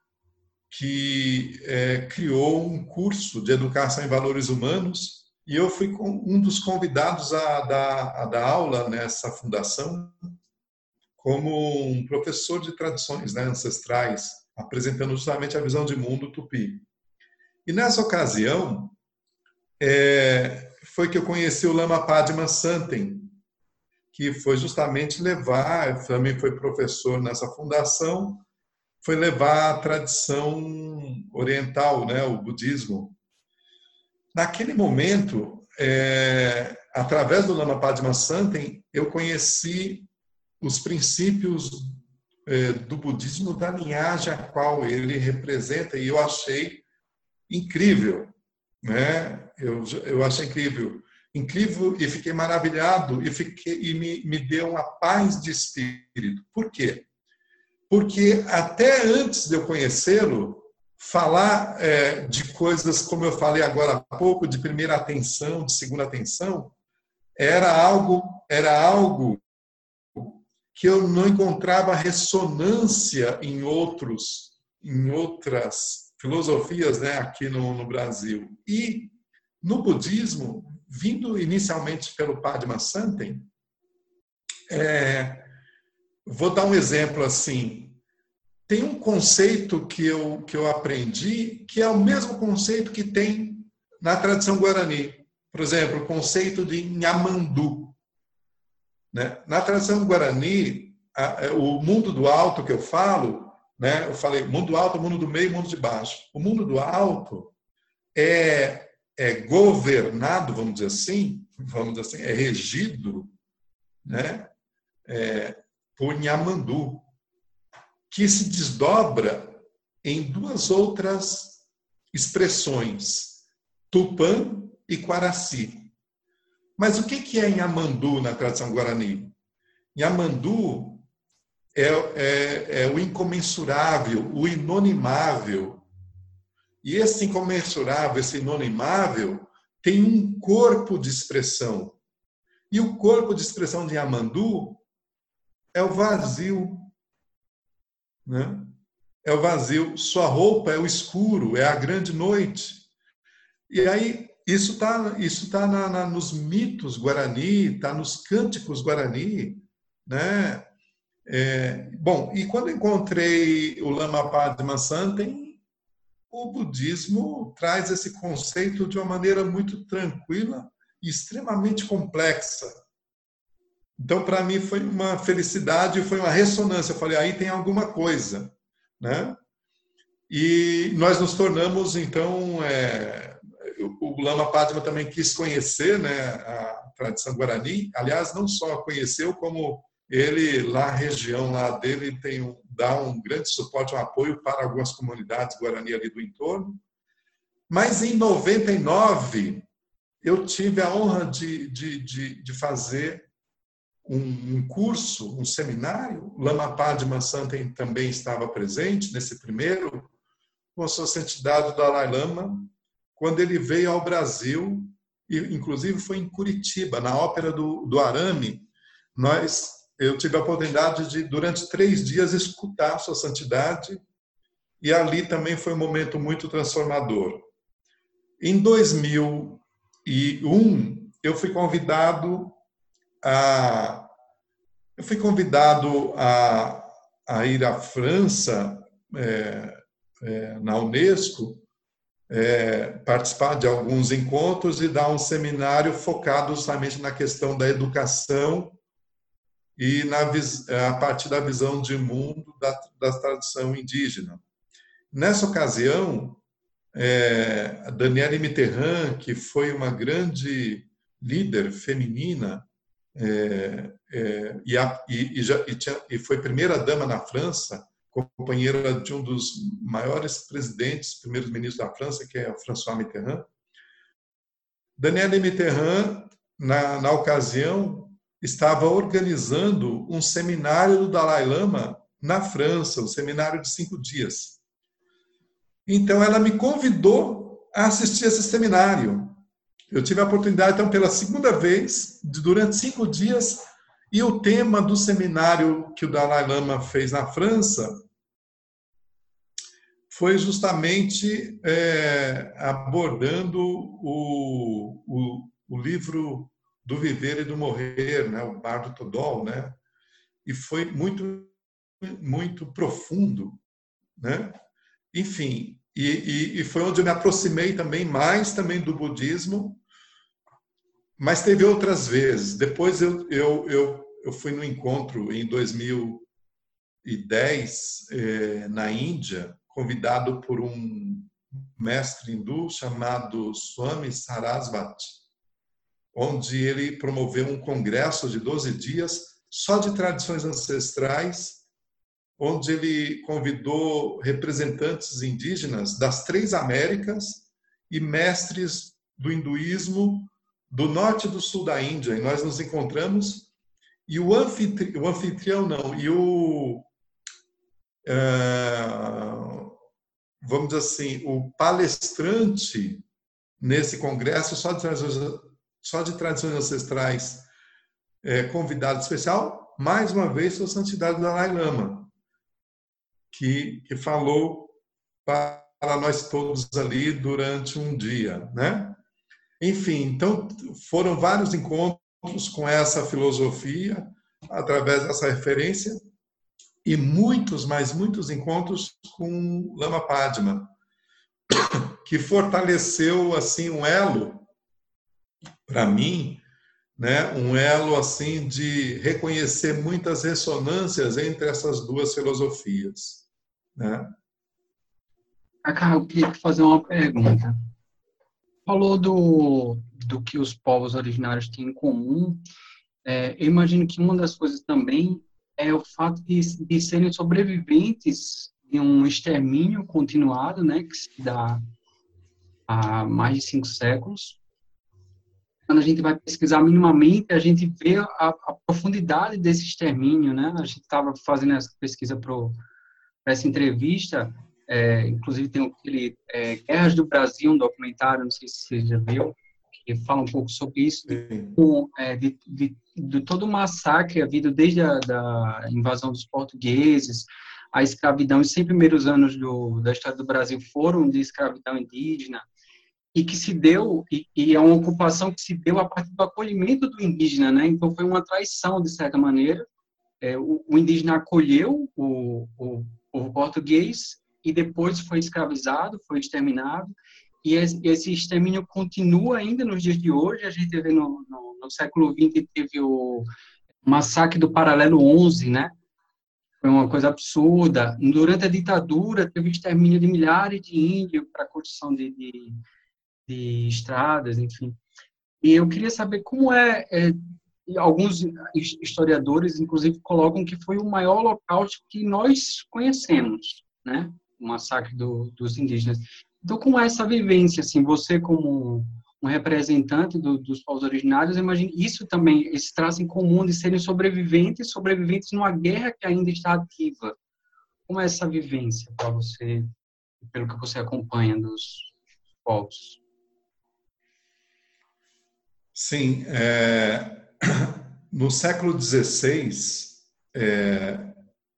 que é, criou um curso de educação em valores humanos, e eu fui um dos convidados a dar, a dar aula nessa fundação como um professor de tradições, né, ancestrais, apresentando justamente a visão de mundo tupi. E nessa ocasião, é, foi que eu conheci o Lama Padma-Santen, que foi justamente levar, também foi professor nessa fundação, foi levar a tradição oriental, né, o budismo. Naquele momento, é, através do Lama Padmasambhava, eu conheci os princípios é, do budismo da linhagem a qual ele representa, e eu achei incrível, né? Eu, eu achei incrível, incrível e fiquei maravilhado e, fiquei, e me, me deu uma paz de espírito. Por quê? Porque até antes de eu conhecê-lo, falar é, de coisas, como eu falei agora há pouco, de primeira atenção, de segunda atenção, era algo, era algo que eu não encontrava ressonância em outros, em outras filosofias, né, aqui no, no Brasil. E no budismo, vindo inicialmente pelo Padmasambhava, é, vou dar um exemplo assim. Tem um conceito que eu, que eu aprendi que é o mesmo conceito que tem na tradição guarani. Por exemplo, o conceito de Nhamandu. Né? Na tradição guarani, a, o mundo do alto que eu falo, né? Eu falei mundo alto, mundo do meio, mundo de baixo. O mundo do alto é, é governado, vamos dizer assim, vamos dizer assim, é regido, né? É, por Nhamandu, que se desdobra em duas outras expressões, Tupã e Quaraci. Mas o que é Nhamandu na tradição guarani? Nhamandu é, é, é o incomensurável, o inonimável. E esse incomensurável, esse inonimável, tem um corpo de expressão. E o corpo de expressão de Nhamandu é o vazio. Né? É o vazio. Sua roupa é o escuro, é a grande noite. E aí, isso está isso tá na, na, nos mitos guarani, está nos cânticos guarani. Né? É, bom, e quando encontrei o Lama Padmasambhava, o budismo traz esse conceito de uma maneira muito tranquila e extremamente complexa. Então, para mim, foi uma felicidade, foi uma ressonância. Eu falei, aí tem alguma coisa. Né? E nós nos tornamos, então, é, o Lama Padma também quis conhecer, né, a tradição guarani. Aliás, não só conheceu, como ele, lá na região lá dele, tem um, dá um grande suporte, um apoio para algumas comunidades guarani ali do entorno. Mas, em noventa e nove, eu tive a honra de, de, de, de fazer um curso, um seminário. O Lama Padmasambhava também estava presente nesse primeiro, com a sua santidade do Dalai Lama, quando ele veio ao Brasil, e inclusive foi em Curitiba, na Ópera do, do Arame. Nós, eu tive a oportunidade de, durante três dias, escutar a sua santidade, e ali também foi um momento muito transformador. Em dois mil e um, eu fui convidado a, eu fui convidado a, a ir à França, é, é, na Unesco, é, participar de alguns encontros e dar um seminário focado justamente na questão da educação e na, a partir da visão de mundo da, da tradição indígena. Nessa ocasião, é, a Danielle Mitterrand, que foi uma grande líder feminina, É, é, e, a, e, e, já, e, tinha, e foi primeira-dama na França, companheira de um dos maiores presidentes, primeiros ministros da França, que é François Mitterrand. Danielle Mitterrand, na, na ocasião, estava organizando um seminário do Dalai Lama na França, um seminário de cinco dias. Então, ela me convidou a assistir esse seminário. Eu tive a oportunidade, então, pela segunda vez, de, durante cinco dias, e o tema do seminário que o Dalai Lama fez na França foi justamente é, abordando o, o, o livro do Viver e do Morrer, né, o Bardo Thodol, né, e foi muito, muito profundo, né? Enfim, e, e, e foi onde eu me aproximei também mais também do budismo. Mas teve outras vezes. Depois eu, eu, eu, eu fui no encontro em dois mil e dez, eh, na Índia, convidado por um mestre hindu chamado Swami Sarasvati. onde ele promoveu um congresso de doze dias só de tradições ancestrais, onde ele convidou representantes indígenas das três Américas e mestres do hinduísmo do norte e do sul da Índia. E nós nos encontramos, e o, anfitri... o anfitrião não, e o... Uh, vamos dizer assim, o palestrante nesse congresso só de tradições, só de tradições ancestrais, é, convidado especial, mais uma vez, foi a Santidade Dalai Lama, que, que falou para nós todos ali durante um dia, né? Enfim, então foram vários encontros com essa filosofia, através dessa referência, e muitos, mas muitos encontros com Lama Padma, que fortaleceu assim um elo para mim, né, um elo assim de reconhecer muitas ressonâncias entre essas duas filosofias, né? Cacá, eu queria fazer uma pergunta. Falou do, do que os povos originários têm em comum. É, eu imagino que uma das coisas também é o fato de, de serem sobreviventes de um extermínio continuado, né, que se dá há mais de cinco séculos. Quando a gente vai pesquisar minimamente, a gente vê a, a profundidade desse extermínio, né? A gente estava fazendo essa pesquisa para essa entrevista, é, inclusive tem aquele é, Guerras do Brasil, um documentário, não sei se você já viu, que fala um pouco sobre isso, de, é, de, de, de todo o massacre havido desde a da invasão dos portugueses, a escravidão. Os cem primeiros anos do, da história do Brasil foram de escravidão indígena, e que se deu, e, e é uma ocupação que se deu a partir do acolhimento do indígena, né? Então foi uma traição, de certa maneira. É, o, o indígena acolheu o, o povo português e depois foi escravizado, foi exterminado, e esse, esse extermínio continua ainda nos dias de hoje. A gente vê no, no, no século vinte, teve o massacre do Paralelo onze, né? Foi uma coisa absurda. Durante a ditadura, teve o extermínio de milhares de índios para a construção de, de, de estradas, enfim. E eu queria saber como é, é, alguns historiadores, inclusive, colocam que foi o maior holocausto que nós conhecemos, né? O massacre do, dos indígenas. Então, como é essa vivência, assim, você como um representante do, dos povos originários, imagine isso também, esse traço em comum de serem sobreviventes, sobreviventes numa guerra que ainda está ativa. Como é essa vivência para você, pelo que você acompanha dos povos? Sim, é, no século dezesseis, é,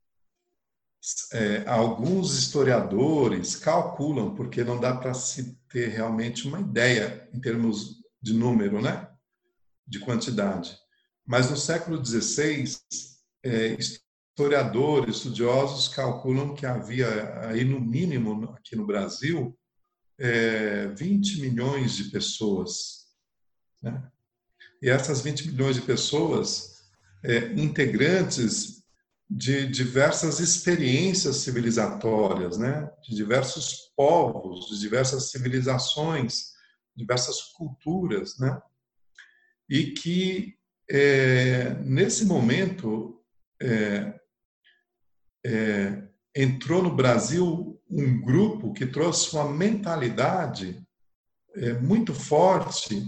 é, alguns historiadores calculam, porque não dá para se ter realmente uma ideia em termos de número, né, de quantidade, mas no século dezesseis, é, historiadores, estudiosos calculam que havia aí no mínimo aqui no Brasil é, vinte milhões de pessoas, né? E essas vinte milhões de pessoas, é, integrantes de diversas experiências civilizatórias, né? De diversos povos, de diversas civilizações, diversas culturas, né? E que, é, nesse momento, é, é, entrou no Brasil um grupo que trouxe uma mentalidade é, muito forte,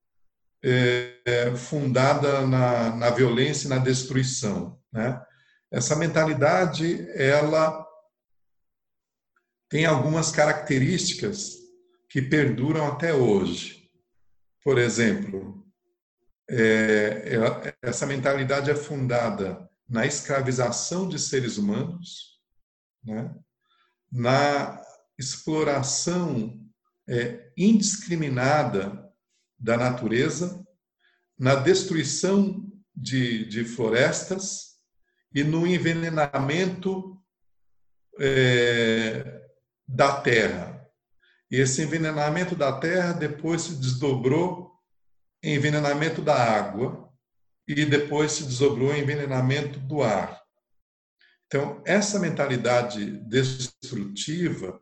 É, fundada na, na violência e na destruição, né? Essa mentalidade, ela tem algumas características que perduram até hoje. Por exemplo, é, ela, essa mentalidade é fundada na escravização de seres humanos, né? Na exploração é, indiscriminada da natureza, na destruição de, de florestas e no envenenamento é, da terra. E esse envenenamento da terra depois se desdobrou em envenenamento da água e depois se desdobrou em envenenamento do ar. Então, essa mentalidade destrutiva,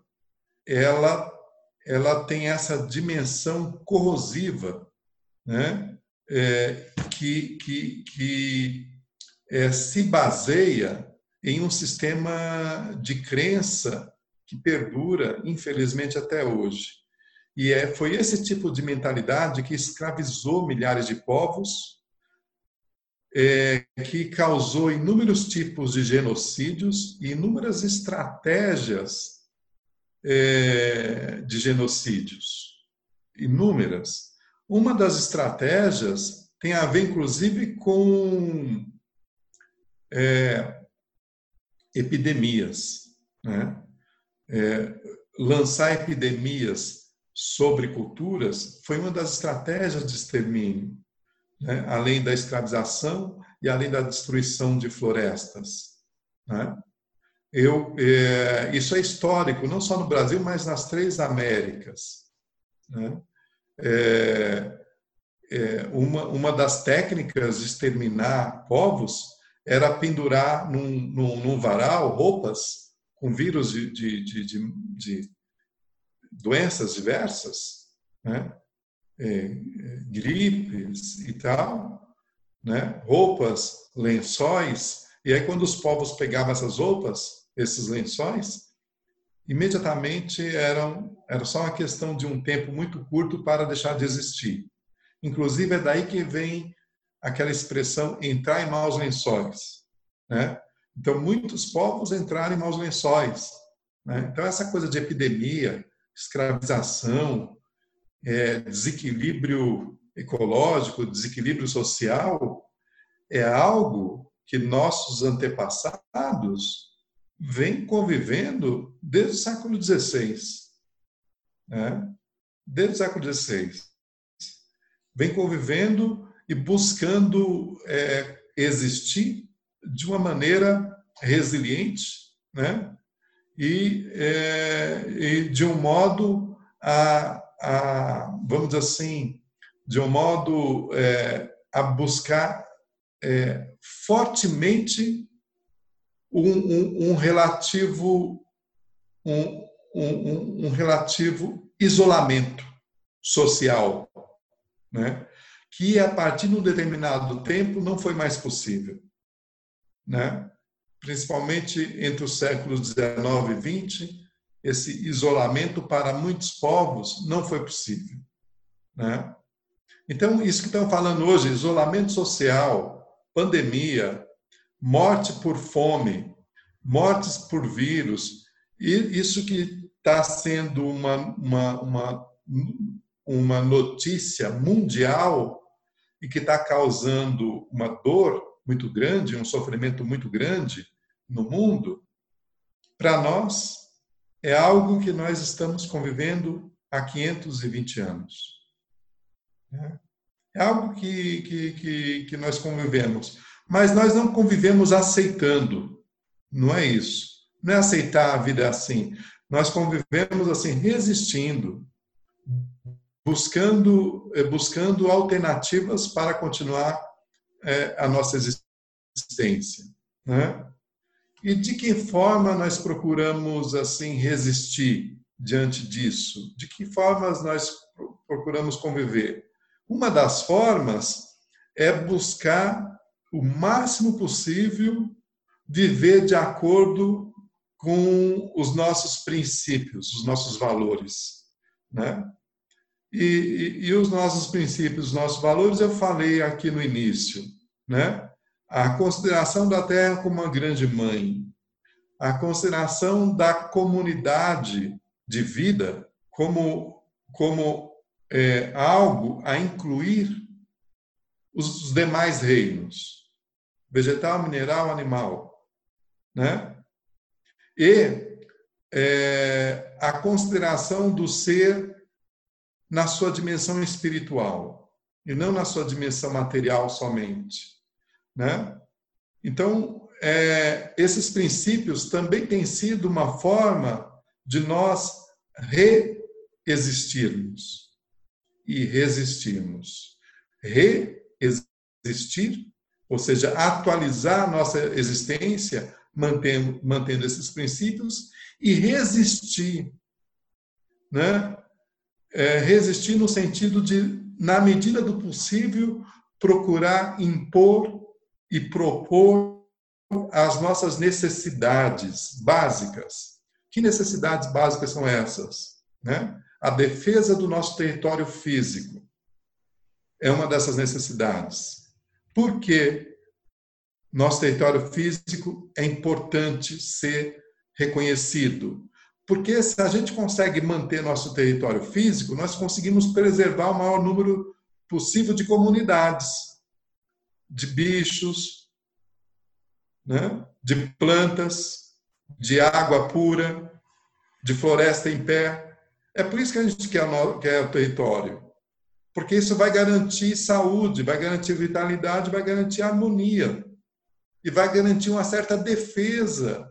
ela ela tem essa dimensão corrosiva, né? é, que, que, que é, se baseia em um sistema de crença que perdura, infelizmente, até hoje. E é, foi esse tipo de mentalidade que escravizou milhares de povos, é, que causou inúmeros tipos de genocídios e inúmeras estratégias é, de genocídios. Inúmeras. Uma das estratégias tem a ver, inclusive, com é, epidemias, né? É, lançar epidemias sobre culturas foi uma das estratégias de extermínio, né? Além da escravização e além da destruição de florestas, né? Eu, é, isso é histórico, não só no Brasil, mas nas três Américas, né? É, é, uma, uma das técnicas de exterminar povos era pendurar num, num, num varal roupas com vírus de, de, de, de, de doenças diversas, né? É, gripes e tal, né? Roupas, lençóis, e aí quando os povos pegavam essas roupas, esses lençóis, imediatamente eram, era só uma questão de um tempo muito curto para deixar de existir. Inclusive, é daí que vem aquela expressão entrar em maus lençóis, né? Então, muitos povos entraram em maus lençóis, né? Então, essa coisa de epidemia, escravização, é, desequilíbrio ecológico, desequilíbrio social, é algo que nossos antepassados vêm convivendo desde o século dezesseis, né? Desde o século dezesseis. Vem convivendo e buscando é, existir de uma maneira resiliente, né? E, é, e de um modo a, a, vamos dizer assim, de um modo é, a buscar é, fortemente um, um, um relativo um, um, um relativo isolamento social, né? Que a partir de um determinado tempo não foi mais possível, né? Principalmente entre os séculos dezenove e vinte, esse isolamento para muitos povos não foi possível, né? Então, isso que estamos falando hoje, isolamento social, pandemia, morte por fome, mortes por vírus, e isso que está sendo uma, uma, uma, uma notícia mundial e que está causando uma dor muito grande, um sofrimento muito grande no mundo, para nós é algo que nós estamos convivendo há quinhentos e vinte anos. É algo que, que, que, que nós convivemos, mas nós não convivemos aceitando, não é isso. Não é aceitar a vida assim. Nós convivemos assim, resistindo, buscando, buscando alternativas para continuar é, a nossa existência, né? E de que forma nós procuramos assim resistir diante disso? De que formas nós procuramos conviver? Uma das formas é buscar o máximo possível viver de acordo com os nossos princípios, os nossos valores, né? E, e, e os nossos princípios, os nossos valores, eu falei aqui no início, né? A consideração da terra como uma grande mãe, a consideração da comunidade de vida como, como é, algo a incluir os, os demais reinos, vegetal, mineral, animal, né? E é, a consideração do ser na sua dimensão espiritual e não na sua dimensão material somente, né? Então, é, esses princípios também têm sido uma forma de nós reexistirmos e resistirmos. Reexistir, ou seja, atualizar a nossa existência mantendo, mantendo esses princípios e resistir, né? É, resistir no sentido de, na medida do possível, procurar impor e propor as nossas necessidades básicas. Que necessidades básicas são essas? Né? A defesa do nosso território físico é uma dessas necessidades. Por que nosso território físico é importante ser reconhecido? Porque se a gente consegue manter nosso território físico, nós conseguimos preservar o maior número possível de comunidades, de bichos, né? De plantas, de água pura, de floresta em pé. É por isso que a gente quer o território. Porque isso vai garantir saúde, vai garantir vitalidade, vai garantir harmonia. E vai garantir uma certa defesa,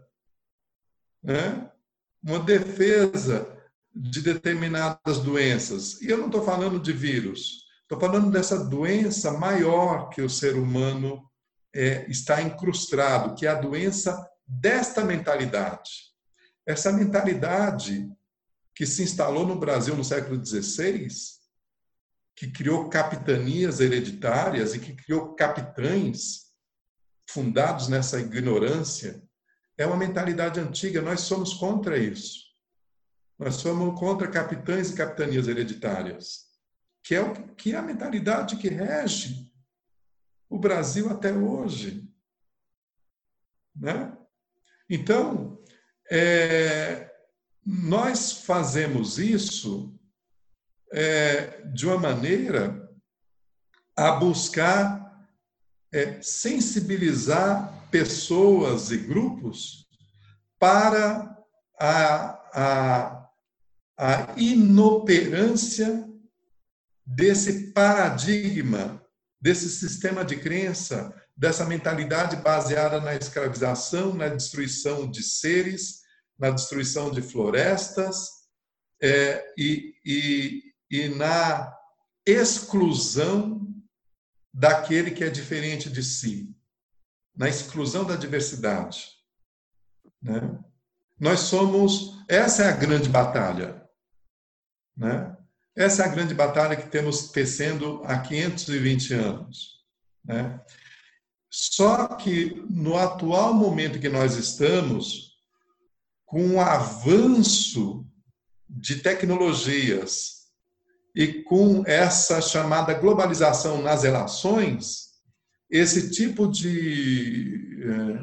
né? Uma defesa de determinadas doenças. E eu não estou falando de vírus, estou falando dessa doença maior que o ser humano é, está incrustado, que é a doença desta mentalidade. Essa mentalidade que se instalou no Brasil no século dezesseis, que criou capitanias hereditárias e que criou capitães fundados nessa ignorância, é uma mentalidade antiga. Nós somos contra isso. Nós somos contra capitães e capitanias hereditárias, que é, o, que é a mentalidade que rege o Brasil até hoje. Né? Então, é, nós fazemos isso é, de uma maneira a buscar é, sensibilizar pessoas e grupos para a, a, a inoperância desse paradigma, desse sistema de crença, dessa mentalidade baseada na escravização, na destruição de seres, na destruição de florestas é, e, e, e na exclusão daquele que é diferente de si, na exclusão da diversidade. Né? Nós somos... Essa é a grande batalha. Né? Essa é a grande batalha que temos tecendo há quinhentos e vinte anos. Né? Só que no atual momento que nós estamos, com o avanço de tecnologias e com essa chamada globalização nas relações, esse tipo de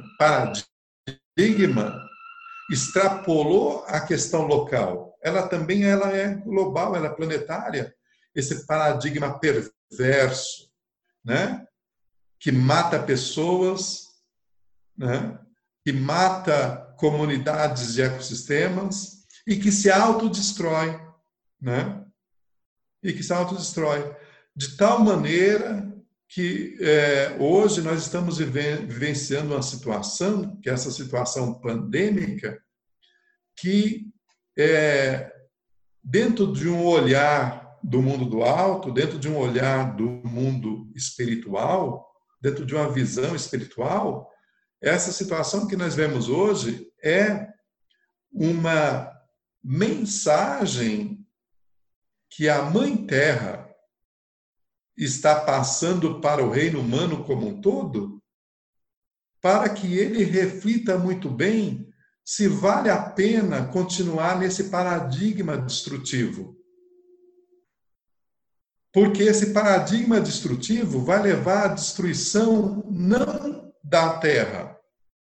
paradigma extrapolou a questão local. Ela também ela é global, ela é planetária. Esse paradigma perverso, né? Que mata pessoas, né? Que mata comunidades e ecossistemas e que se autodestrói, né? E que se autodestrói. De tal maneira que é, hoje nós estamos vivenciando uma situação, que é essa situação pandêmica, que é, dentro de um olhar do mundo do alto, dentro de um olhar do mundo espiritual, dentro de uma visão espiritual, essa situação que nós vemos hoje é uma mensagem que a Mãe Terra está passando para o reino humano como um todo, para que ele reflita muito bem se vale a pena continuar nesse paradigma destrutivo. Porque esse paradigma destrutivo vai levar à destruição não da Terra,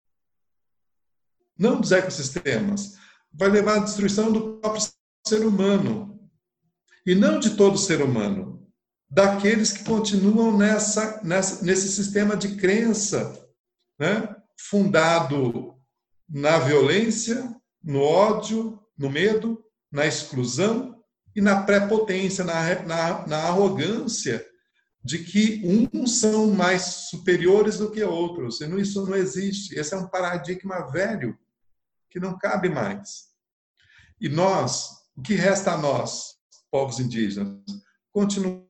não dos ecossistemas, vai levar à destruição do próprio ser humano. E não de todo ser humano, daqueles que continuam nessa, nessa, nesse sistema de crença, né? Fundado na violência, no ódio, no medo, na exclusão e na prepotência, na, na, na arrogância de que uns são mais superiores do que outros. E isso não existe. Esse é um paradigma velho que não cabe mais. E nós, o que resta a nós, povos indígenas? Continuar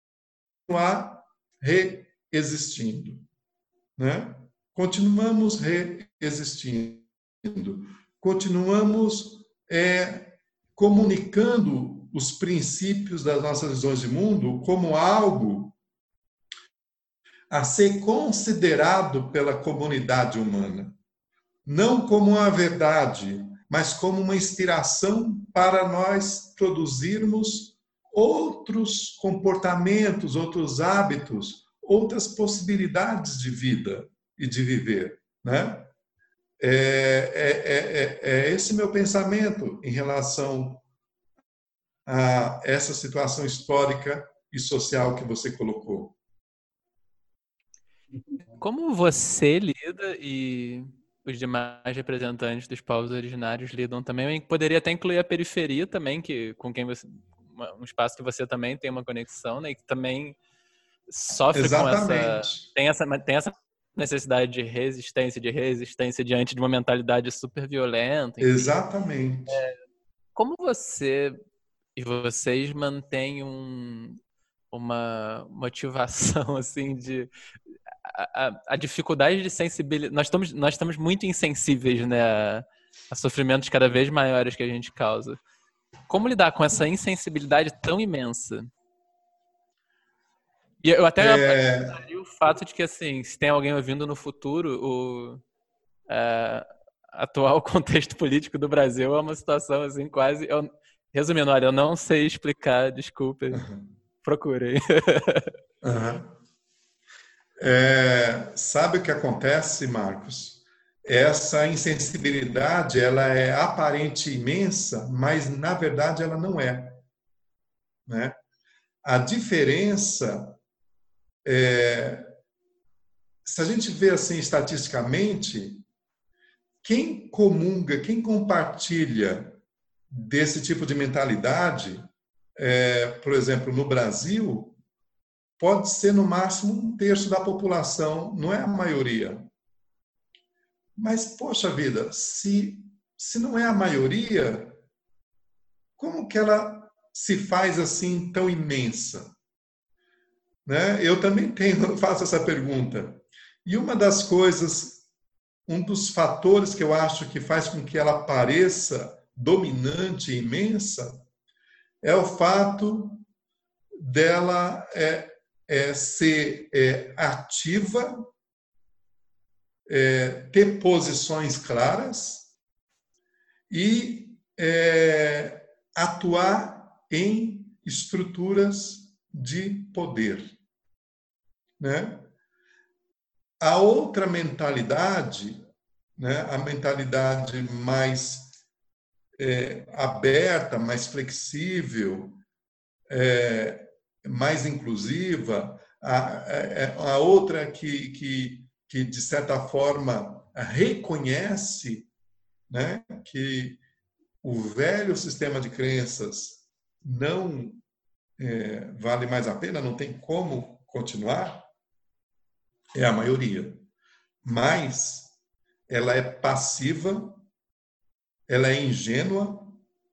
reexistindo. Né? Continuamos reexistindo. Continuamos é, comunicando os princípios das nossas visões de mundo como algo a ser considerado pela comunidade humana, não como uma verdade, mas como uma inspiração para nós produzirmos outros comportamentos, outros hábitos, outras possibilidades de vida e de viver, né? É, é, é, é esse meu pensamento em relação a essa situação histórica e social que você colocou. Como você lida e os demais representantes dos povos originários lidam também? Eu poderia até incluir a periferia também, que, com quem você, um espaço que você também tem uma conexão, né? E que também sofre Exatamente. com essa tem, essa... tem essa necessidade de resistência, de resistência diante de uma mentalidade super violenta. Enfim. Exatamente. É, como você e vocês mantêm um, uma motivação assim de a, a, a dificuldade de sensibilidade. Nós estamos, nós estamos muito insensíveis, né, a, a sofrimentos cada vez maiores que a gente causa. Como lidar com essa insensibilidade tão imensa? E eu até é... o fato de que, assim, se tem alguém ouvindo no futuro, o é, atual contexto político do Brasil é uma situação, assim, quase... Eu, resumindo, olha, eu não sei explicar, desculpa, uhum. Procurem. Uhum. É, sabe o que acontece, Marcos? Essa insensibilidade, ela é aparente imensa, mas, na verdade, ela não é, né? A diferença é, se a gente vê assim estatisticamente, quem comunga, quem compartilha desse tipo de mentalidade, é, por exemplo, no Brasil, pode ser no máximo um terço da população, não é a maioria. Mas, poxa vida, se, se não é a maioria, como que ela se faz assim tão imensa? Né? Eu também tenho, faço essa pergunta. E uma das coisas, um dos fatores que eu acho que faz com que ela pareça dominante e imensa, é o fato dela é, é ser é, ativa, é, ter posições claras e é, atuar em estruturas de poder, né? A outra mentalidade, né, a mentalidade mais é, aberta, mais flexível, é, mais inclusiva, a, a, a outra que, que, que, de certa forma, reconhece, né, que o velho sistema de crenças não é, vale mais a pena, não tem como continuar, é a maioria. Mas ela é passiva, ela é ingênua,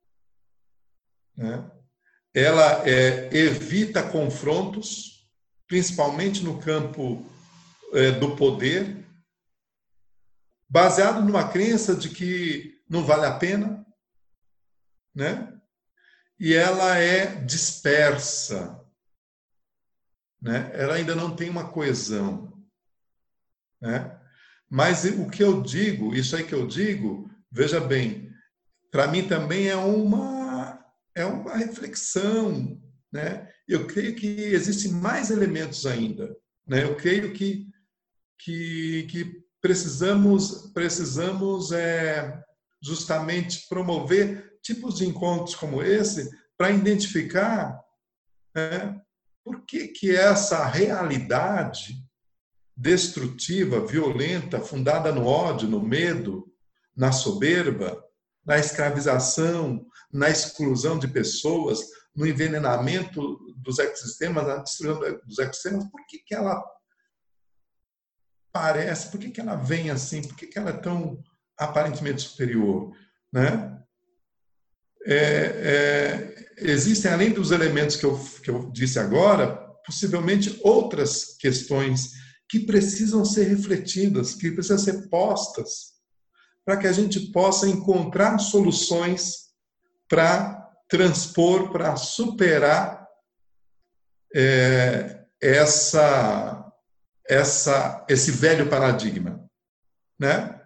né? Ela é, evita confrontos, principalmente no campo é, do poder, baseado numa crença de que não vale a pena, né? E ela é dispersa, né? Ela ainda não tem uma coesão, né? Mas o que eu digo, isso aí que eu digo, veja bem, para mim também é uma, é uma reflexão, né? Eu creio que existem mais elementos ainda, né? Eu creio que, que, que precisamos, precisamos é, justamente promover tipos de encontros como esse para identificar, né, por que que essa realidade destrutiva, violenta, fundada no ódio, no medo, na soberba, na escravização, na exclusão de pessoas, no envenenamento dos ecossistemas, na destruição dos ecossistemas, por que que ela parece, por que que ela vem assim, por que que ela é tão aparentemente superior, né? É, é, existem, além dos elementos que eu, que eu disse agora, possivelmente outras questões que precisam ser refletidas, que precisam ser postas, para que a gente possa encontrar soluções para transpor, para superar é, essa, essa, esse velho paradigma, né?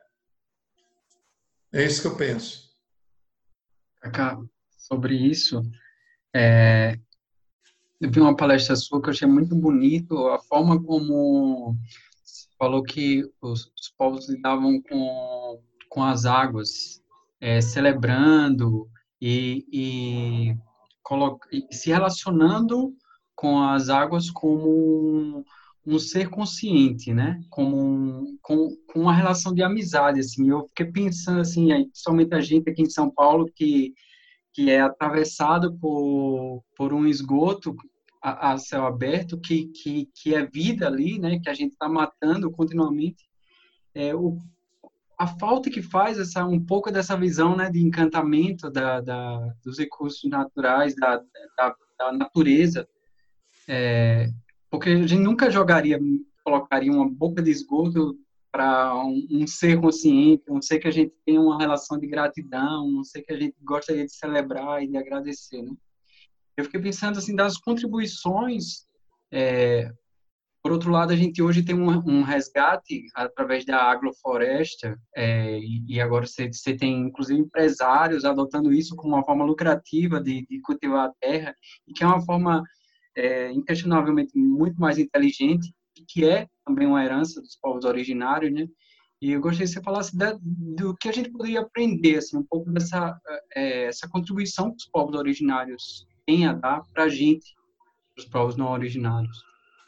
É isso que eu penso. Cacá, sobre isso, é, eu vi uma palestra sua que eu achei muito bonito, a forma como você falou que os, os povos lidavam com, com as águas, é, celebrando e, e, colo- e se relacionando com as águas como um, um ser consciente, né? Como um, com, com uma relação de amizade, assim. Eu fiquei pensando, assim, aí, principalmente a gente aqui em São Paulo, que que é atravessado por, por um esgoto a, a céu aberto, que, que, que é vida ali, né, que a gente está matando continuamente, é, o, a falta que faz essa, um pouco dessa visão, né, de encantamento da, da, dos recursos naturais, da, da, da natureza, é, porque a gente nunca jogaria, colocaria uma boca de esgoto para um, um ser consciente, um ser que a gente tem uma relação de gratidão, um ser que a gente gostaria de celebrar e de agradecer, né? Eu fiquei pensando assim das contribuições. É, por outro lado, a gente hoje tem um, um resgate através da agrofloresta, é, e, e agora você, você tem inclusive empresários adotando isso como uma forma lucrativa de, de cultivar a terra, e que é uma forma é, inquestionavelmente muito mais inteligente, e que é também uma herança dos povos originários, né? E eu gostaria que você falasse da, do que a gente poderia aprender, assim, um pouco dessa é, essa contribuição que os povos originários têm a dar para a gente, para os povos não originários.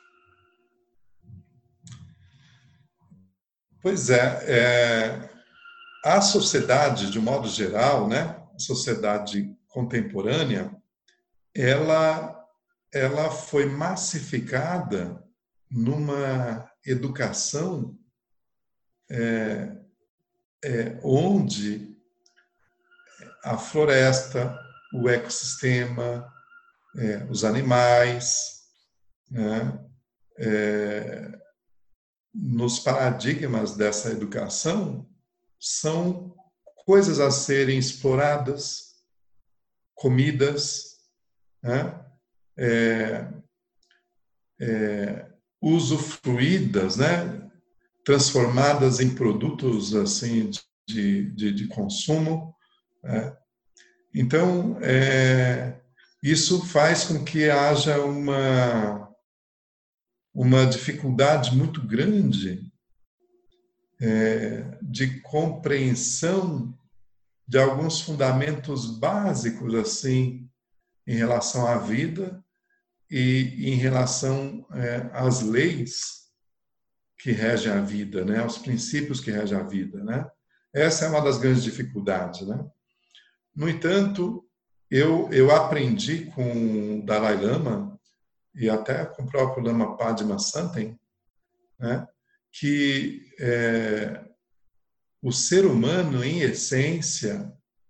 Pois é, é, a sociedade, de um modo geral, né, a sociedade contemporânea, ela, ela foi massificada numa educação é, é, onde a floresta, o ecossistema, é, os animais, né, é, nos paradigmas dessa educação, são coisas a serem exploradas, comidas, né, é, é, usufruídas, né, transformadas em produtos assim de, de, de consumo, né? Então, é, isso faz com que haja uma, uma dificuldade muito grande é, de compreensão de alguns fundamentos básicos assim em relação à vida e em relação é, às leis que regem a vida, né, aos princípios que regem a vida, né? Essa é uma das grandes dificuldades, né? No entanto, eu eu aprendi com o Dalai Lama e até com o próprio Lama Padma Santen, né, que é, o ser humano, em essência,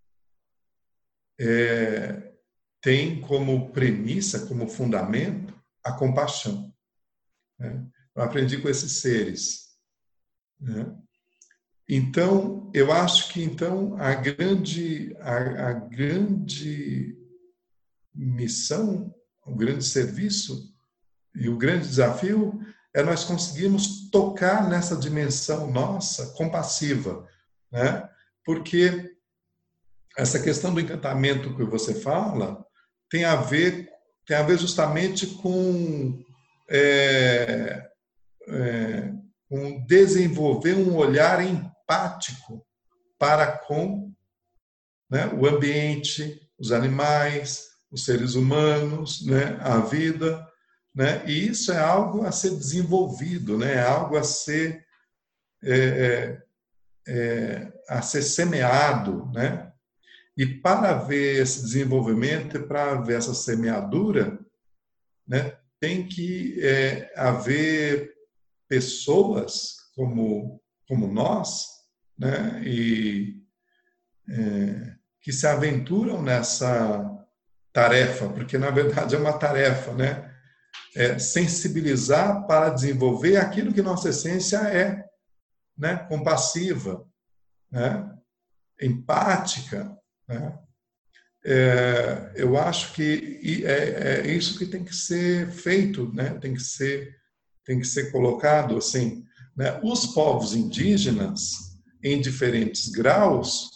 é, tem como premissa, como fundamento, a compaixão, né? Eu aprendi com esses seres, né? Então, eu acho que então a grande, a, a grande missão, o grande serviço e o grande desafio é nós conseguirmos tocar nessa dimensão nossa compassiva, né? Porque essa questão do encantamento que você fala tem a ver tem a ver justamente com é, é, com desenvolver um olhar empático para com, né, o ambiente, os animais, os seres humanos, né, a vida, né? E isso é algo a ser desenvolvido, né? É algo a ser é, é, a ser semeado, né? E para haver esse desenvolvimento, e para haver essa semeadura, né, tem que é, haver pessoas como, como nós, né, e, é, que se aventuram nessa tarefa, porque na verdade é uma tarefa, né? É sensibilizar para desenvolver aquilo que nossa essência é, né? Compassiva, né? Empática, né? É, eu acho que é, é isso que tem que ser feito, né? Tem que ser tem que ser colocado assim, né? Os povos indígenas, em diferentes graus,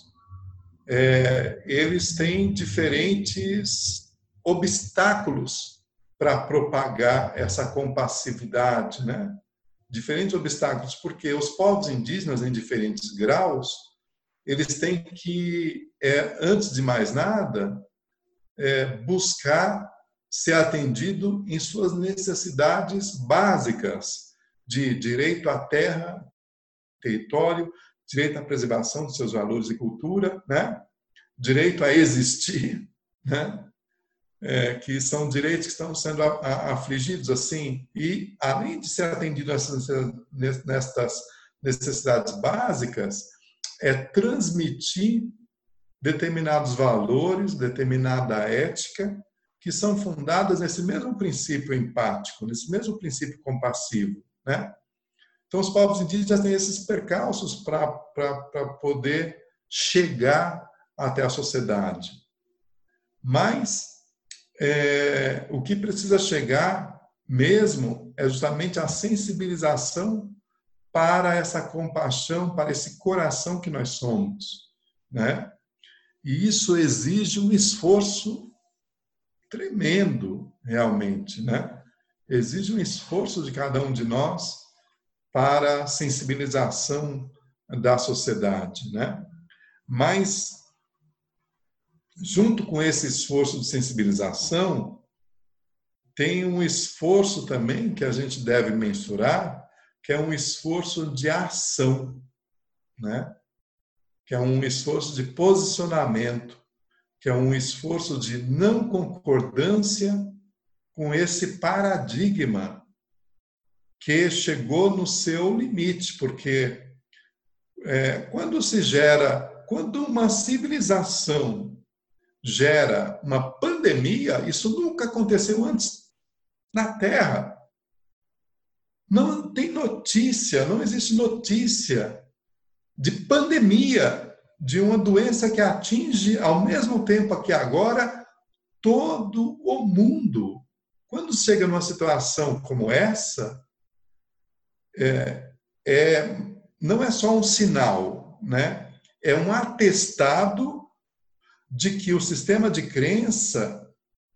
é, eles têm diferentes obstáculos para propagar essa compassividade, né? Diferentes obstáculos, porque os povos indígenas, em diferentes graus, eles têm que, é, antes de mais nada, é, buscar ser atendido em suas necessidades básicas de direito à terra, território, direito à preservação dos seus valores e cultura, né? Direito a existir, né? É, que são direitos que estão sendo a, a, afligidos assim, e além de ser atendido nessas, nestas necessidades básicas, é transmitir determinados valores, determinada ética, que são fundadas nesse mesmo princípio empático, nesse mesmo princípio compassivo, né? Então, os povos indígenas têm esses percalços para poder chegar até a sociedade. Mas é, o que precisa chegar mesmo é justamente a sensibilização para essa compaixão, para esse coração que nós somos, né? E isso exige um esforço tremendo, realmente, né? Exige um esforço de cada um de nós para a sensibilização da sociedade, né? Mas, junto com esse esforço de sensibilização, tem um esforço também que a gente deve mensurar, que é um esforço de ação, né? Que é um esforço de posicionamento, que é um esforço de não concordância com esse paradigma que chegou no seu limite, porque é, quando se gera, quando uma civilização gera uma pandemia, isso nunca aconteceu antes na Terra. Não tem notícia, não existe notícia de pandemia, de uma doença que atinge, ao mesmo tempo que agora, todo o mundo. Quando chega numa situação como essa, é, é, não é só um sinal, né? É um atestado de que o sistema de crença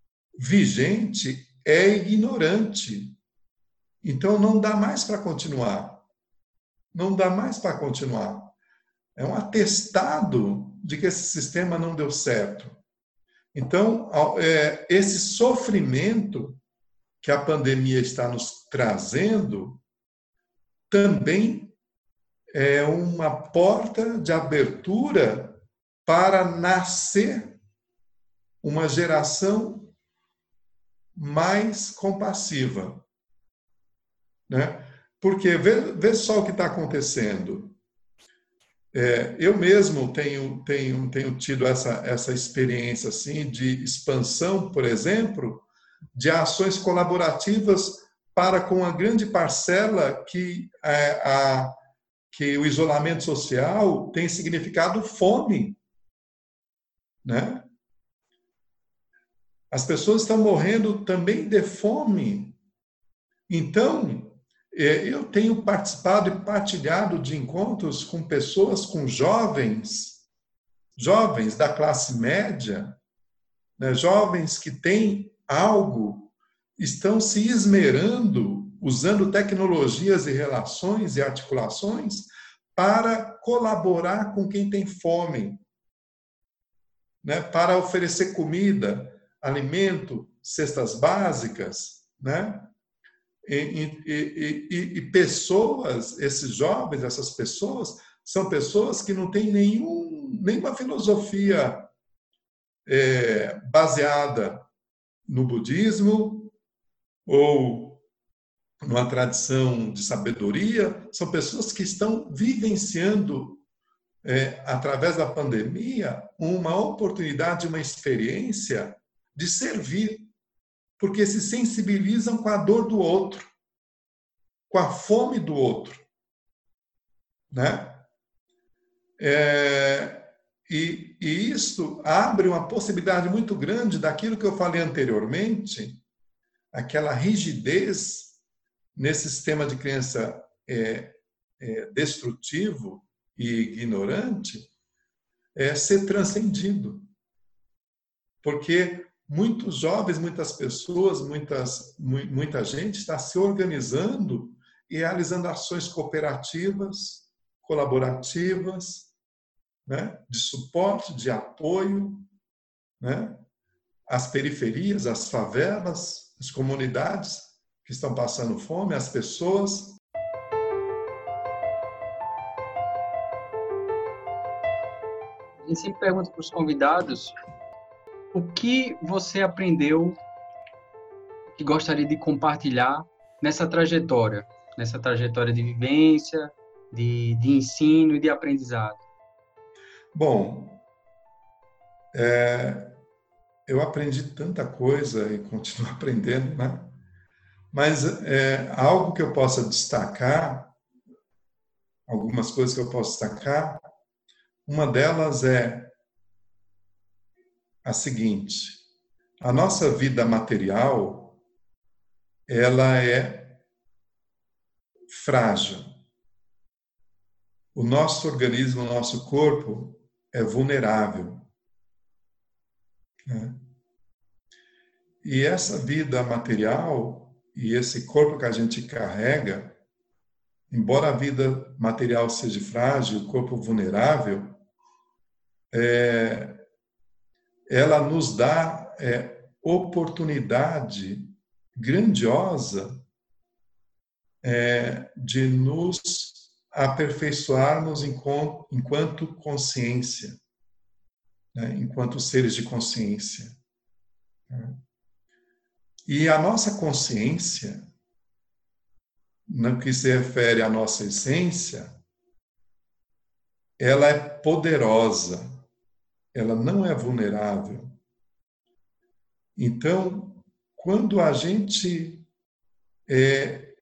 vigente é ignorante. Então, não dá mais para continuar. Não dá mais para continuar. É um atestado de que esse sistema não deu certo. Então, é, esse sofrimento que a pandemia está nos trazendo também é uma porta de abertura para nascer uma geração mais compassiva, né? Porque vê, vê só o que está acontecendo. É, eu mesmo tenho, tenho, tenho tido essa, essa experiência assim, de expansão, por exemplo, de ações colaborativas para com a grande parcela que, é, a, que o isolamento social tem significado fome, né? As pessoas estão morrendo também de fome. Então, eu tenho participado e partilhado de encontros com pessoas, com jovens, jovens da classe média, né, jovens que têm algo, estão se esmerando, usando tecnologias e relações e articulações para colaborar com quem tem fome, né, para oferecer comida, alimento, cestas básicas, né? E, e, e, e pessoas, esses jovens, essas pessoas, são pessoas que não têm nenhum, nenhuma filosofia é, baseada no budismo ou numa tradição de sabedoria, são pessoas que estão vivenciando, é, através da pandemia, uma oportunidade, uma experiência de servir, porque se sensibilizam com a dor do outro, com a fome do outro, né? É, e, e isso abre uma possibilidade muito grande daquilo que eu falei anteriormente, aquela rigidez nesse sistema de crença é, é, destrutivo e ignorante, é ser transcendido. Porque muitos jovens, muitas pessoas, muitas, muita gente está se organizando e realizando ações cooperativas, colaborativas, né, de suporte, de apoio, né, às periferias, às favelas, às comunidades que estão passando fome, às pessoas. A gente sempre pergunta para os convidados o que você aprendeu que gostaria de compartilhar nessa trajetória, nessa trajetória de vivência, de, de ensino e de aprendizado. Bom, é, eu aprendi tanta coisa e continuo aprendendo, né? Mas é, algo que eu possa destacar, algumas coisas que eu posso destacar, uma delas é a seguinte: a nossa vida material, ela é frágil. O nosso organismo, o nosso corpo é vulnerável. Né? E essa vida material e esse corpo que a gente carrega, embora a vida material seja frágil, o corpo vulnerável, é, ela nos dá é, oportunidade grandiosa é, de nos aperfeiçoarmos enquanto, enquanto consciência, né? Enquanto seres de consciência. Né? E a nossa consciência, no que se refere à nossa essência, ela é poderosa, ela não é vulnerável. Então, quando a gente é,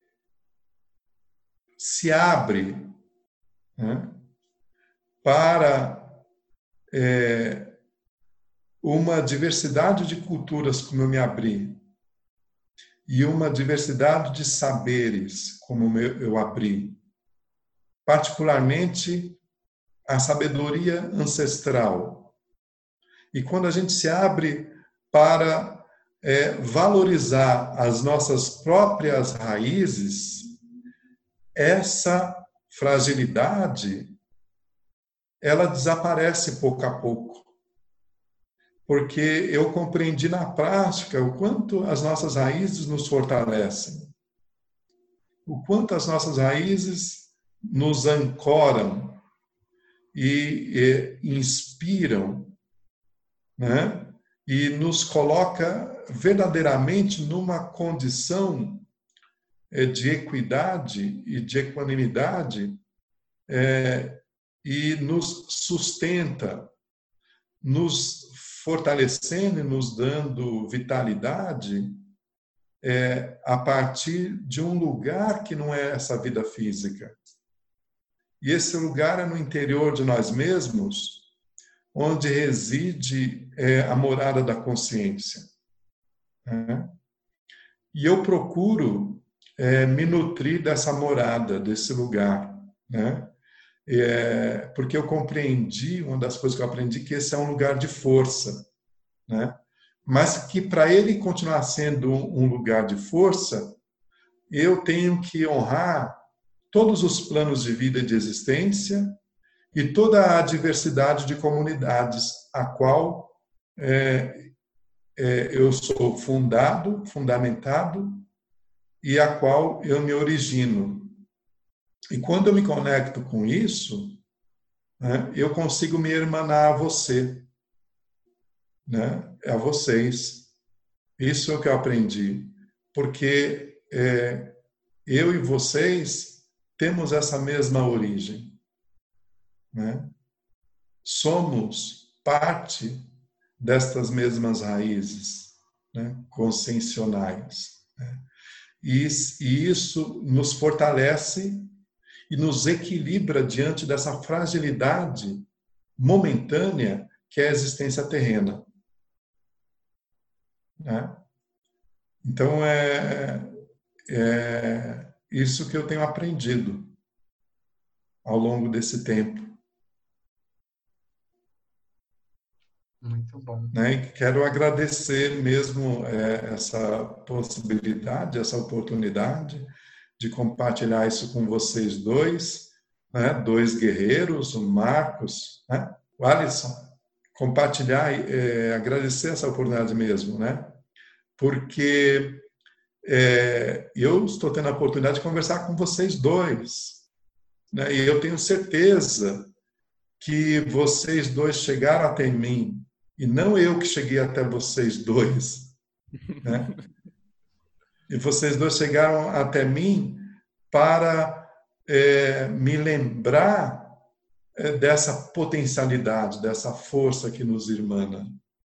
se abre, né, para é, uma diversidade de culturas, como eu me abri, e uma diversidade de saberes, como eu abri, particularmente a sabedoria ancestral. E quando a gente se abre para é, valorizar as nossas próprias raízes, essa fragilidade, ela desaparece pouco a pouco. Porque eu compreendi na prática o quanto as nossas raízes nos fortalecem, o quanto as nossas raízes nos ancoram e, e inspiram, né? E nos coloca verdadeiramente numa condição de equidade e de equanimidade é, e nos sustenta, nos fortalecendo e nos dando vitalidade é, a partir de um lugar que não é essa vida física. E esse lugar é no interior de nós mesmos, onde reside é, a morada da consciência. Né? E eu procuro é, me nutrir dessa morada, desse lugar, né? É, porque eu compreendi, uma das coisas que eu aprendi, que esse é um lugar de força, né? Mas que para ele continuar sendo um lugar de força, eu tenho que honrar todos os planos de vida e de existência e toda a diversidade de comunidades a qual é, é, eu sou fundado, fundamentado e a qual eu me origino. E quando eu me conecto com isso, né, eu consigo me hermanar a você, né, a vocês. Isso é o que eu aprendi. Porque é, eu e vocês temos essa mesma origem. Né? Somos parte destas mesmas raízes, né, conscienciais. Né? E, e isso nos fortalece e nos equilibra diante dessa fragilidade momentânea que é a existência terrena. Né? Então, é, é isso que eu tenho aprendido ao longo desse tempo. Muito bom. Né? E quero agradecer mesmo é, essa possibilidade, essa oportunidade de compartilhar isso com vocês dois, né? Dois guerreiros, o Marcos, né? O Alisson, compartilhar, é, agradecer essa oportunidade mesmo, né? Porque é, eu estou tendo a oportunidade de conversar com vocês dois, né? E eu tenho certeza que vocês dois chegaram até mim, e não eu que cheguei até vocês dois, né? E vocês dois chegaram até mim para é, me lembrar é, dessa potencialidade, dessa força que nos irmana,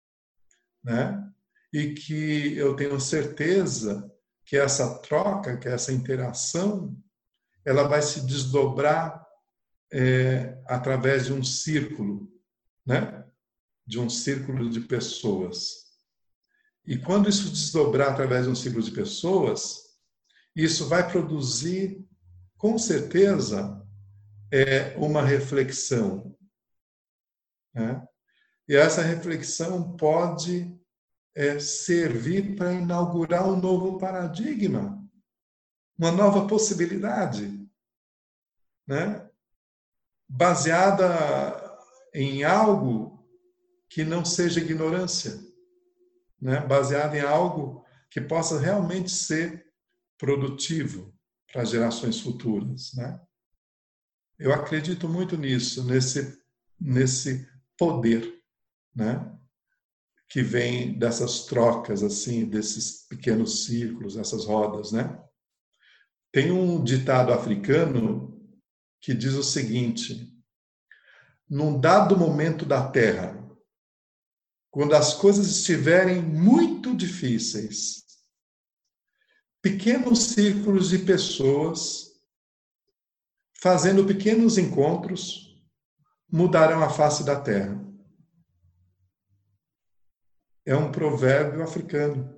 né? E que eu tenho certeza que essa troca, que essa interação, ela vai se desdobrar é, através de um círculo, né? De um círculo de pessoas. E quando isso desdobrar através de um círculo de pessoas, isso vai produzir, com certeza, é, uma reflexão, né? E essa reflexão pode é, servir para inaugurar um novo paradigma, uma nova possibilidade, né? Baseada em algo que não seja ignorância, né? Baseada em algo que possa realmente ser produtivo para gerações futuras, né? Eu acredito muito nisso, nesse, nesse poder, né? Que vem dessas trocas, assim, desses pequenos círculos, essas rodas, né? Tem um ditado africano que diz o seguinte: num dado momento da Terra, quando as coisas estiverem muito difíceis, pequenos círculos de pessoas, fazendo pequenos encontros, mudarão a face da Terra. É um provérbio africano.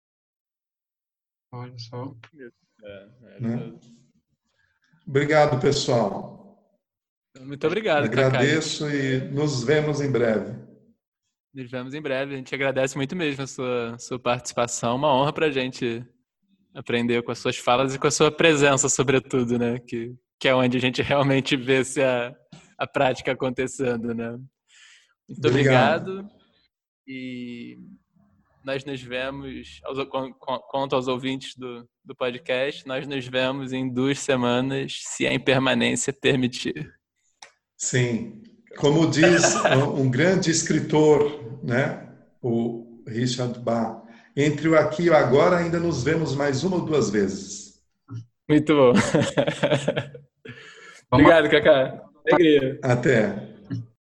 Olha só. É, é Né? Obrigado, pessoal. Muito obrigado, Agradeço Kaká. e nos vemos em breve. Nos vemos em breve. A gente agradece muito mesmo a sua, sua participação. Uma honra para a gente aprender com as suas falas e com a sua presença, sobretudo, né? Que, que é onde a gente realmente vê se a, a prática acontecendo, né? Muito obrigado. obrigado. E nós nos vemos, aos, quanto aos ouvintes do, do podcast, nós nos vemos em duas semanas, se a impermanência permitir. Sim. Como diz um grande escritor, né? O Richard Bach, entre o aqui e o agora ainda nos vemos mais uma ou duas vezes. Muito bom. Obrigado, Kaká. Alegria. Até.